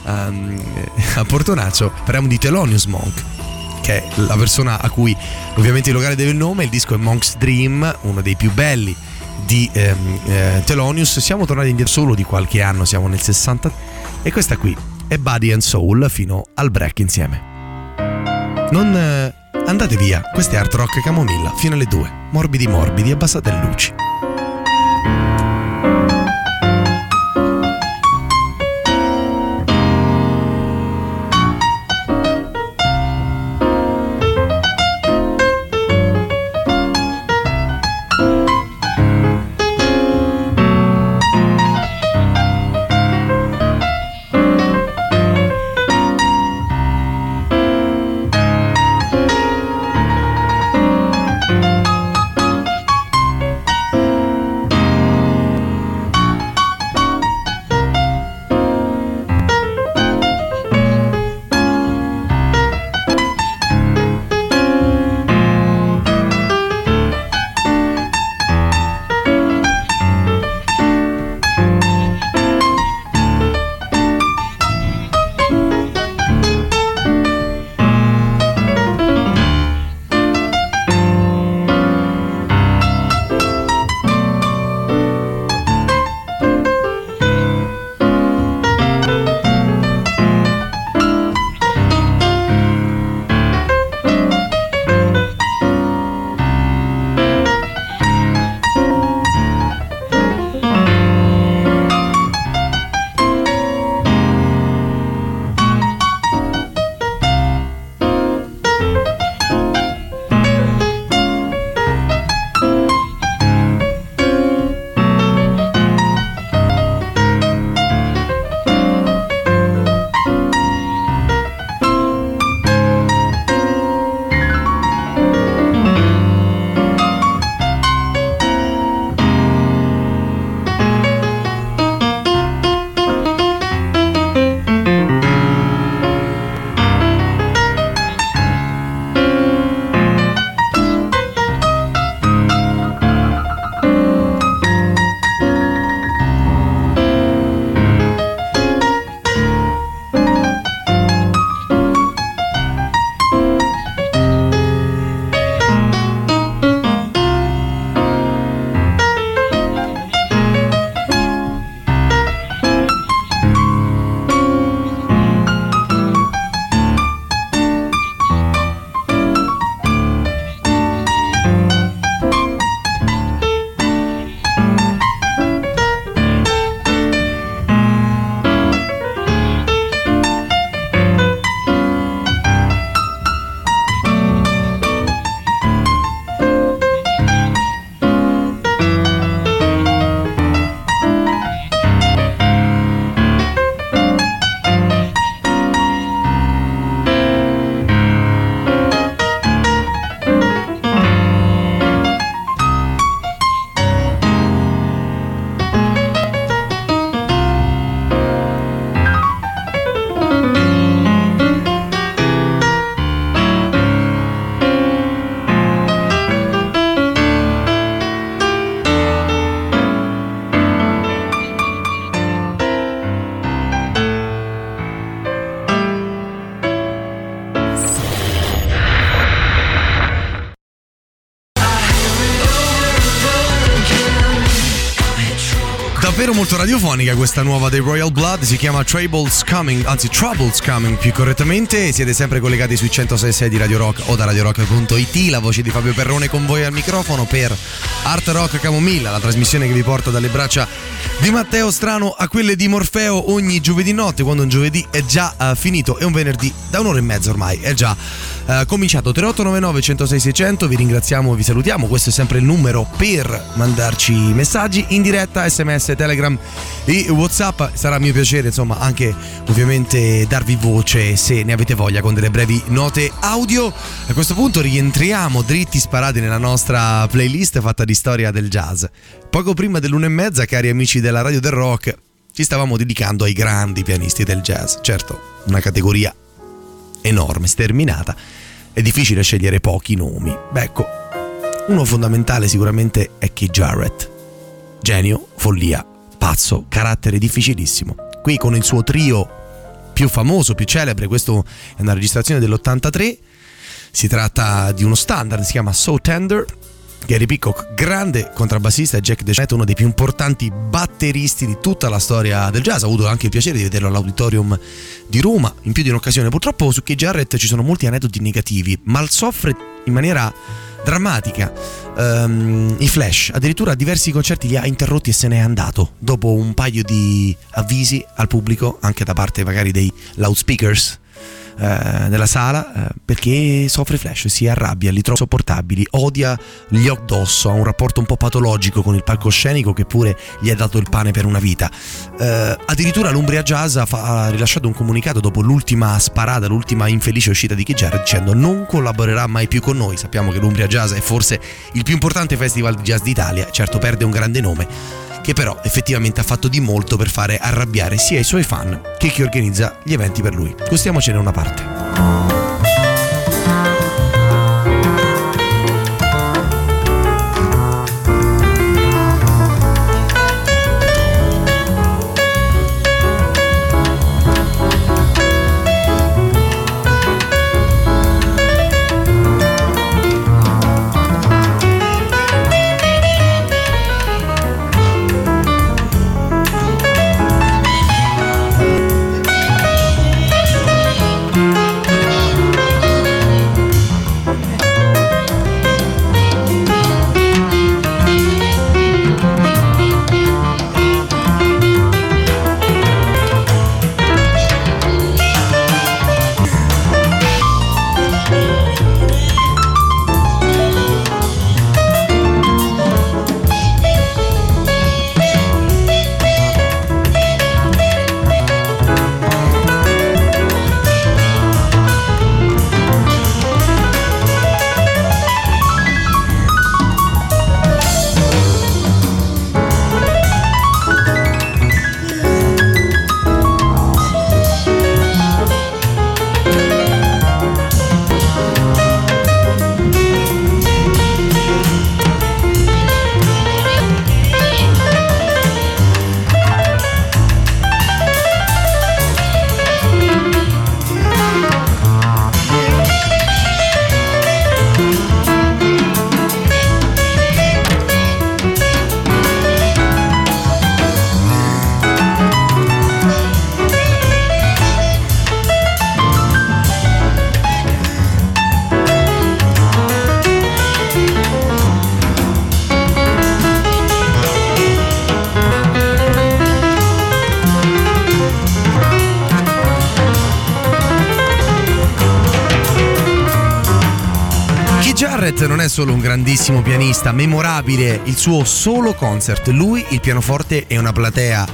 a Portonaccio. Parliamo di Thelonious Monk, che è la persona a cui ovviamente il locale deve il nome. Il disco è Monk's Dream, uno dei più belli di Thelonious. Siamo tornati indietro solo di qualche anno, siamo nel 60 e questa qui è Body and Soul fino al break insieme. Non andate via, questo è Art Rock Camomilla fino alle 2. Morbidi morbidi, abbassate le luci. davvero molto radiofonica questa nuova dei Royal Blood, si chiama Troubles Coming più correttamente. Siete sempre collegati sui 106.6 di Radio Rock o da radiorock.it. La voce di Fabio Perrone con voi al microfono per Art Rock Camomilla, la trasmissione che vi porta dalle braccia di Matteo Strano a quelle di Morfeo ogni giovedì notte, quando un giovedì è già finito e un venerdì da un'ora e mezza ormai è già cominciato. 3899 106 600, vi ringraziamo, vi salutiamo. Questo è sempre il numero per mandarci messaggi in diretta, SMS, Telegram e WhatsApp. Sarà mio piacere, insomma, anche ovviamente darvi voce se ne avete voglia con delle brevi note audio. A questo punto rientriamo dritti sparati nella nostra playlist fatta di storia del jazz. Poco prima dell'1:30, cari amici della Radio del Rock, ci stavamo dedicando ai grandi pianisti del jazz. Certo, una categoria enorme, sterminata, è difficile scegliere pochi nomi. Beh, ecco, uno fondamentale sicuramente è Keith Jarrett. Genio, follia, pazzo, carattere difficilissimo. Qui con il suo trio più famoso, più celebre, questo è una registrazione dell'83, si tratta di uno standard, si chiama So Tender. Gary Peacock, grande contrabbassista, e Jack DeJohnette, uno dei più importanti batteristi di tutta la storia del jazz. Ho avuto anche il piacere di vederlo all'Auditorium di Roma in più di un'occasione. Purtroppo su Keith Jarrett ci sono molti aneddoti negativi, ma soffre in maniera drammatica i flash. Addirittura a diversi concerti li ha interrotti e se n'è andato dopo un paio di avvisi al pubblico, anche da parte magari dei loudspeakers nella sala, perché soffre flash, si arrabbia, li trova sopportabili, odia gli addosso, ha un rapporto un po' patologico con il palcoscenico che pure gli ha dato il pane per una vita. Addirittura l'Umbria Jazz ha rilasciato un comunicato dopo l'ultima sparata, l'ultima infelice uscita di Keith Jarrett, dicendo non collaborerà mai più con noi. Sappiamo che l'Umbria Jazz è forse il più importante festival di jazz d'Italia, certo perde un grande nome, che però effettivamente ha fatto di molto per fare arrabbiare sia i suoi fan che chi organizza gli eventi per lui. Gustiamocene una parte. Non è solo un grandissimo pianista, memorabile il suo solo concert, lui, il pianoforte e una platea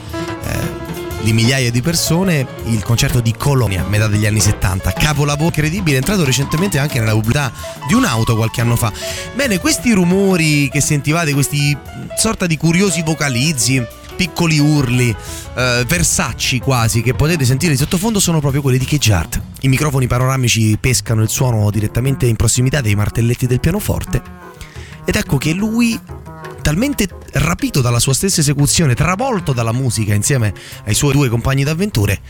di migliaia di persone, il concerto di Colonia, metà degli anni 70, capolavoro incredibile, è entrato recentemente anche nella pubblicità di un'auto qualche anno fa. Bene, questi rumori che sentivate, questi sorta di curiosi vocalizzi, piccoli urli, versacci quasi, che potete sentire di sottofondo, sono proprio quelli di Keith Jarrett. I microfoni panoramici pescano il suono direttamente in prossimità dei martelletti del pianoforte, ed ecco che lui, talmente rapito dalla sua stessa esecuzione, travolto dalla musica insieme ai suoi due compagni d'avventure,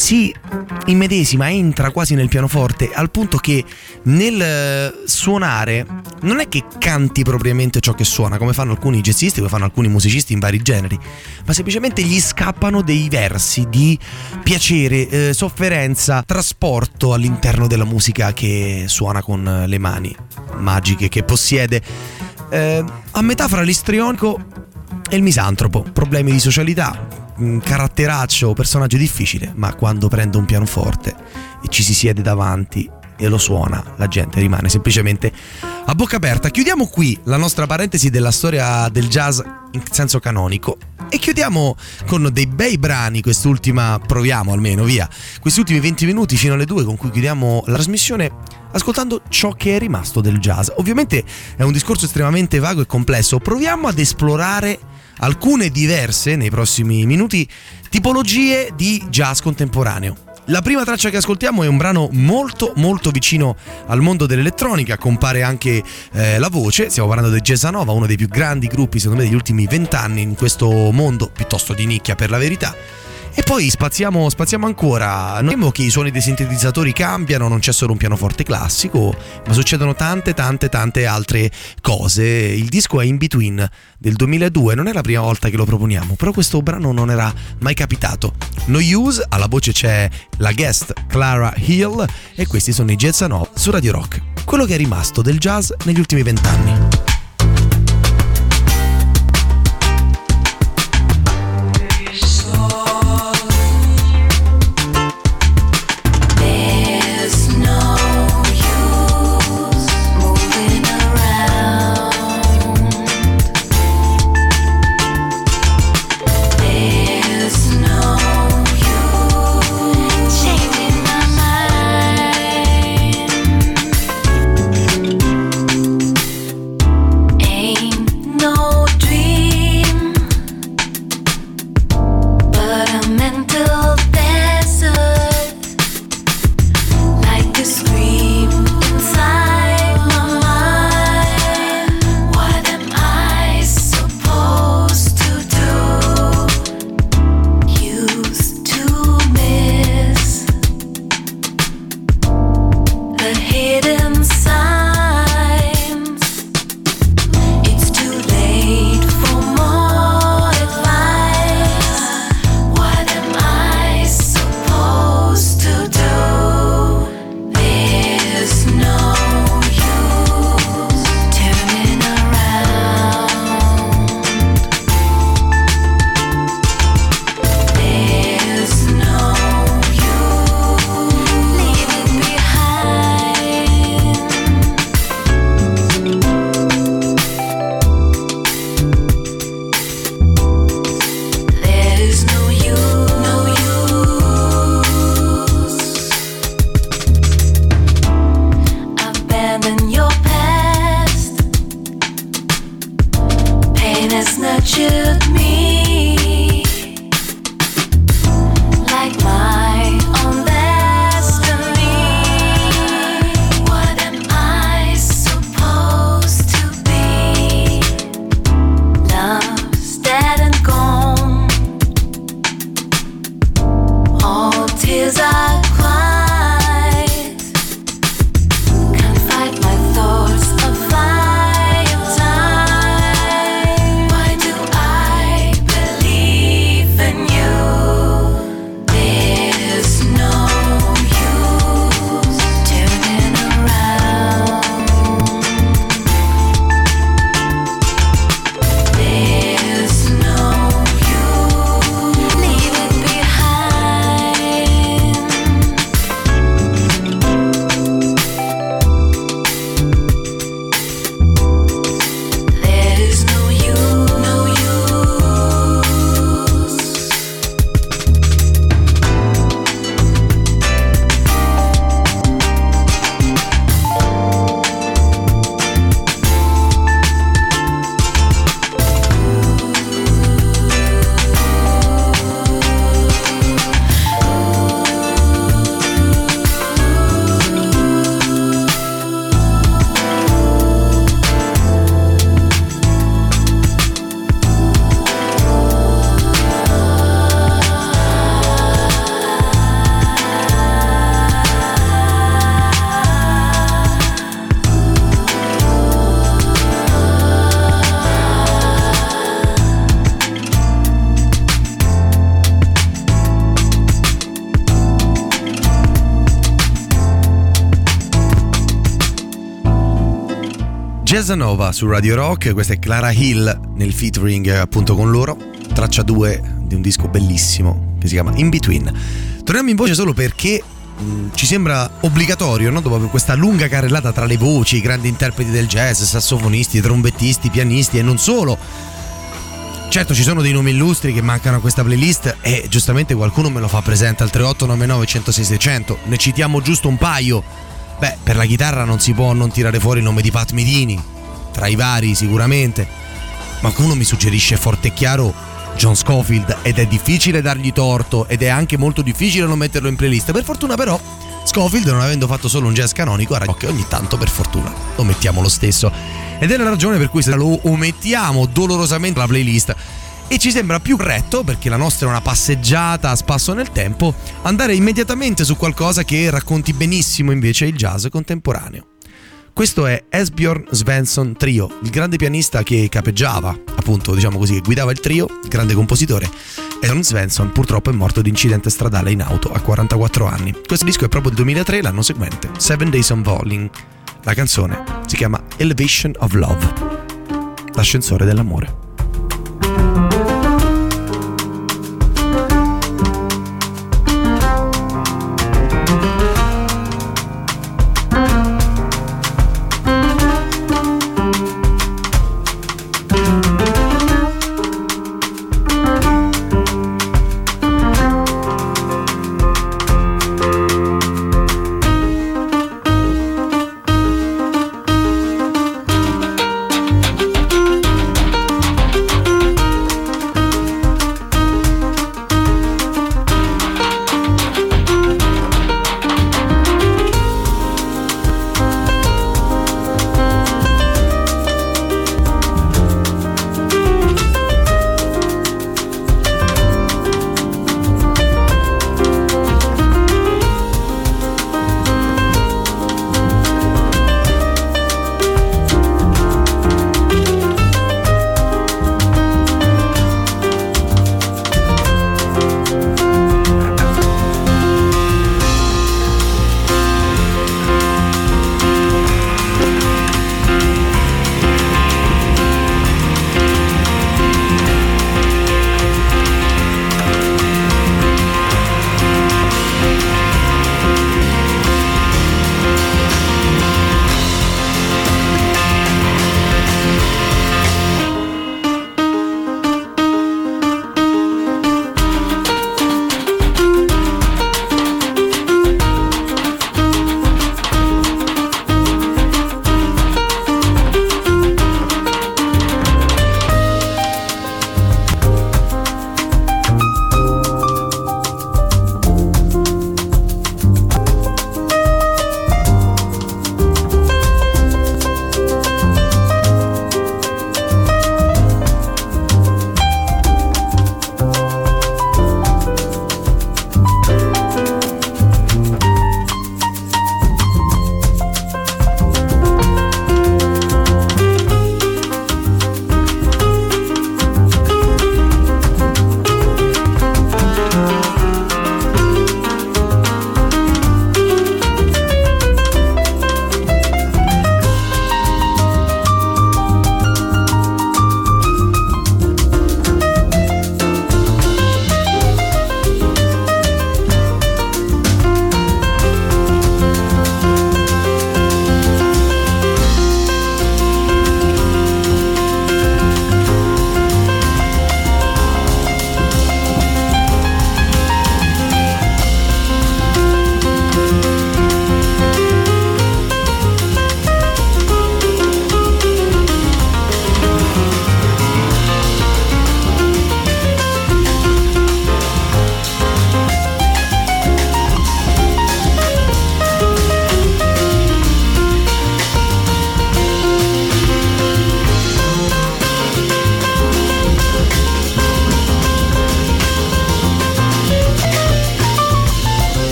si immedesima, entra quasi nel pianoforte, al punto che nel suonare non è che canti propriamente ciò che suona, come fanno alcuni jazzisti, come fanno alcuni musicisti in vari generi, ma semplicemente gli scappano dei versi di piacere, sofferenza, trasporto all'interno della musica che suona con le mani magiche che possiede, a metà fra l'istrionico e il misantropo, problemi di socialità, caratteraccio, personaggio difficile, ma quando prende un pianoforte e ci si siede davanti e lo suona, la gente rimane semplicemente a bocca aperta. Chiudiamo qui la nostra parentesi della storia del jazz in senso canonico e chiudiamo con dei bei brani quest'ultima, proviamo almeno, via, questi ultimi 20 minuti fino alle 2 con cui chiudiamo la trasmissione, ascoltando ciò che è rimasto del jazz. Ovviamente è un discorso estremamente vago e complesso, proviamo ad esplorare alcune diverse, nei prossimi minuti, tipologie di jazz contemporaneo. La prima traccia che ascoltiamo è un brano molto molto vicino al mondo dell'elettronica, compare anche la voce, stiamo parlando di Jazzanova, uno dei più grandi gruppi secondo me degli ultimi 20 anni in questo mondo, piuttosto di nicchia per la verità. E poi spaziamo ancora. Notiamo che i suoni dei sintetizzatori cambiano, non c'è solo un pianoforte classico, ma succedono tante altre cose. Il disco è In Between del 2002, non è la prima volta che lo proponiamo, però questo brano non era mai capitato. No Use, alla voce c'è la guest Clara Hill e questi sono i Jazzanova su Radio Rock. Quello che è rimasto del jazz negli ultimi 20 anni. Jazzanova su Radio Rock, questa è Clara Hill nel featuring appunto con loro, traccia 2 di un disco bellissimo che si chiama In Between. Torniamo in voce solo perché ci sembra obbligatorio, no? Dopo questa lunga carrellata tra le voci, i grandi interpreti del jazz, sassofonisti, trombettisti, pianisti e non solo. Certo, ci sono dei nomi illustri che mancano a questa playlist e giustamente qualcuno me lo fa presente al 3899 106 600. Ne citiamo giusto un paio. Beh, per la chitarra non si può non tirare fuori il nome di Pat Metheny, tra i vari sicuramente, ma qualcuno mi suggerisce forte e chiaro John Scofield ed è difficile dargli torto ed è anche molto difficile non metterlo in playlist. Per fortuna però Scofield, non avendo fatto solo un jazz canonico, a Rock ogni tanto per fortuna lo mettiamo lo stesso ed è la ragione per cui se lo omettiamo dolorosamente la playlist. E ci sembra più corretto, perché la nostra è una passeggiata a spasso nel tempo, andare immediatamente su qualcosa che racconti benissimo invece il jazz contemporaneo. Questo è Esbjörn Svensson Trio, il grande pianista che capeggiava, appunto, diciamo così, che guidava il trio, il grande compositore. Esbjörn Svensson purtroppo è morto di incidente stradale in auto a 44 anni. Questo disco è proprio del 2003, l'anno seguente, 7 Days on Bowling. La canzone si chiama Elevation of Love, l'ascensore dell'amore.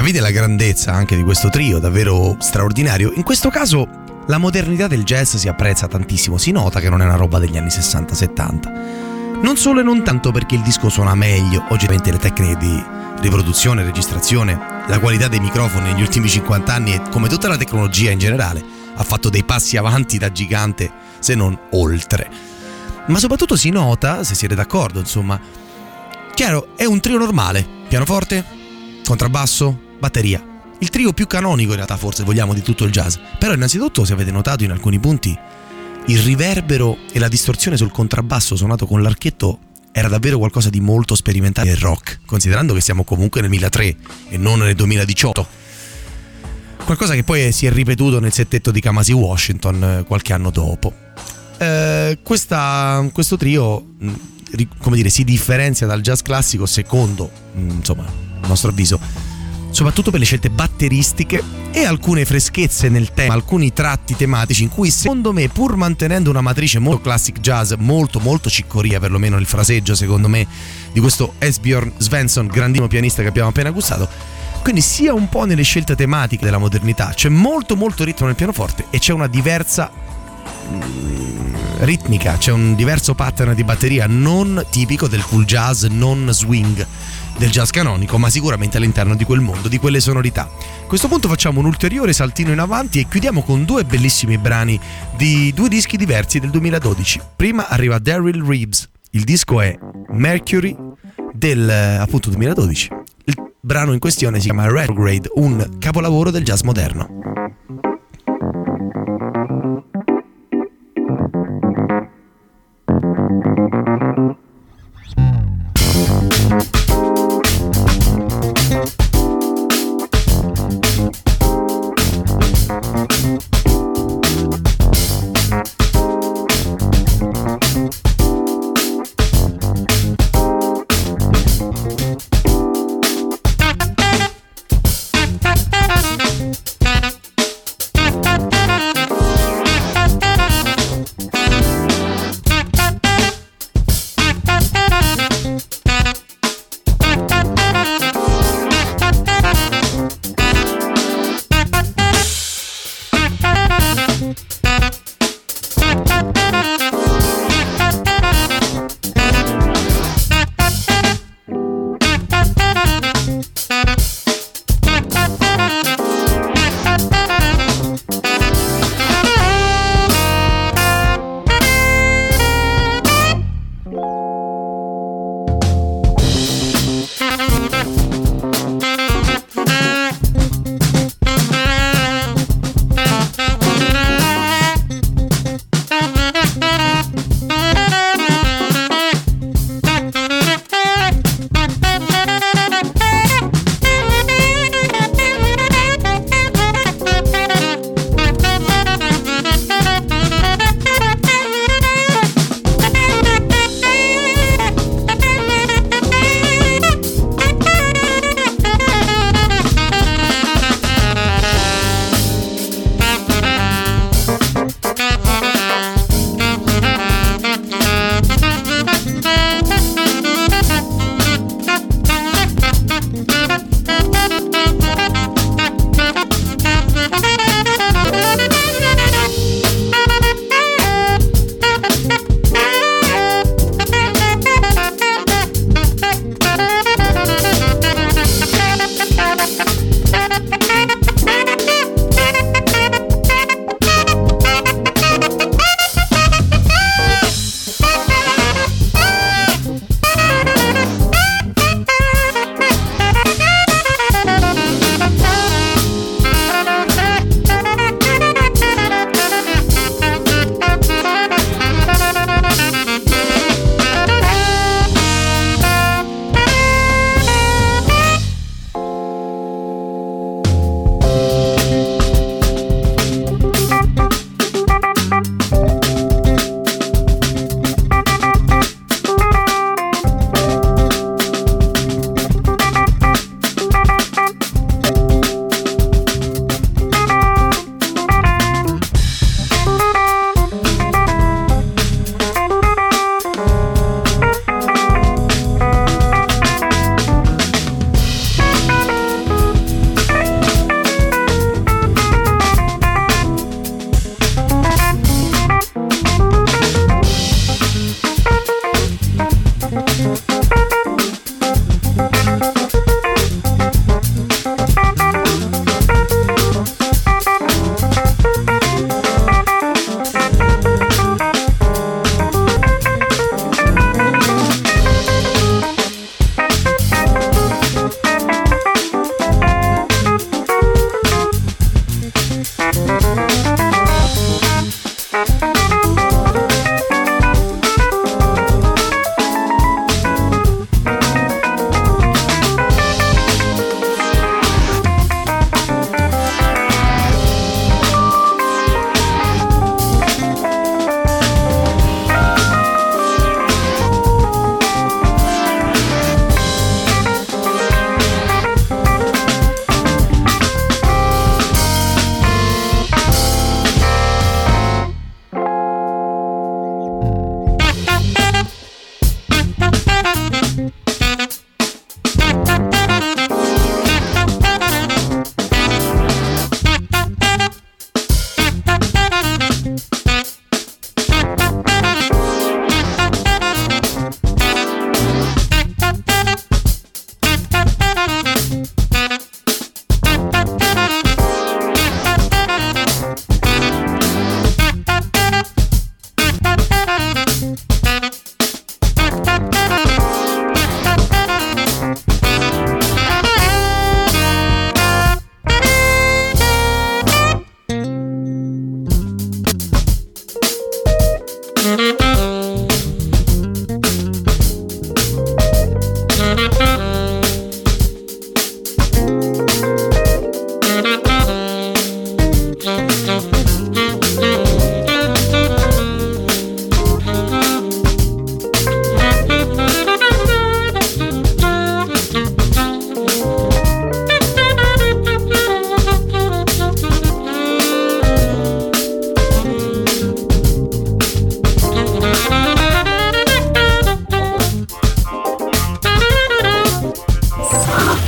Capite la grandezza anche di questo trio, davvero straordinario. In questo caso la modernità del jazz si apprezza tantissimo, si nota che non è una roba degli anni 60-70. Non solo e non tanto perché il disco suona meglio, oggettivamente le tecniche di riproduzione, registrazione, la qualità dei microfoni negli ultimi 50 anni e come tutta la tecnologia in generale ha fatto dei passi avanti da gigante, se non oltre. Ma soprattutto si nota, se siete d'accordo, insomma, chiaro, è un trio normale, pianoforte, contrabbasso, batteria. Il trio più canonico in realtà, forse vogliamo, di tutto il jazz. Però innanzitutto, se avete notato in alcuni punti, il riverbero e la distorsione sul contrabbasso suonato con l'archetto era davvero qualcosa di molto sperimentale nel rock, considerando che siamo comunque nel 2003 e non nel 2018. Qualcosa che poi si è ripetuto nel settetto di Kamasi Washington qualche anno dopo. Questo trio, come dire, si differenzia dal jazz classico secondo, insomma, il nostro avviso, soprattutto per le scelte batteristiche e alcune freschezze nel tema, alcuni tratti tematici in cui, secondo me, pur mantenendo una matrice molto classic jazz, molto ciccoria, perlomeno il fraseggio secondo me di questo Esbjörn Svensson, grandissimo pianista che abbiamo appena gustato, quindi sia un po' nelle scelte tematiche della modernità c'è molto ritmo nel pianoforte e c'è una diversa ritmica, c'è un diverso pattern di batteria non tipico del cool jazz, non swing del jazz canonico, ma sicuramente all'interno di quel mondo, di quelle sonorità. A questo punto facciamo un ulteriore saltino in avanti e chiudiamo con due bellissimi brani di due dischi diversi del 2012. Prima arriva Daryl Reeves, il disco è Mercury del appunto 2012. Il brano in questione si chiama Retrograde, un capolavoro del jazz moderno.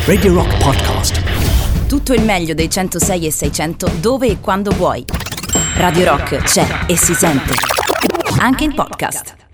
Radio Rock Podcast. Tutto il meglio dei 106 e 600 dove e quando vuoi. Radio Rock c'è e si sente. Anche in podcast.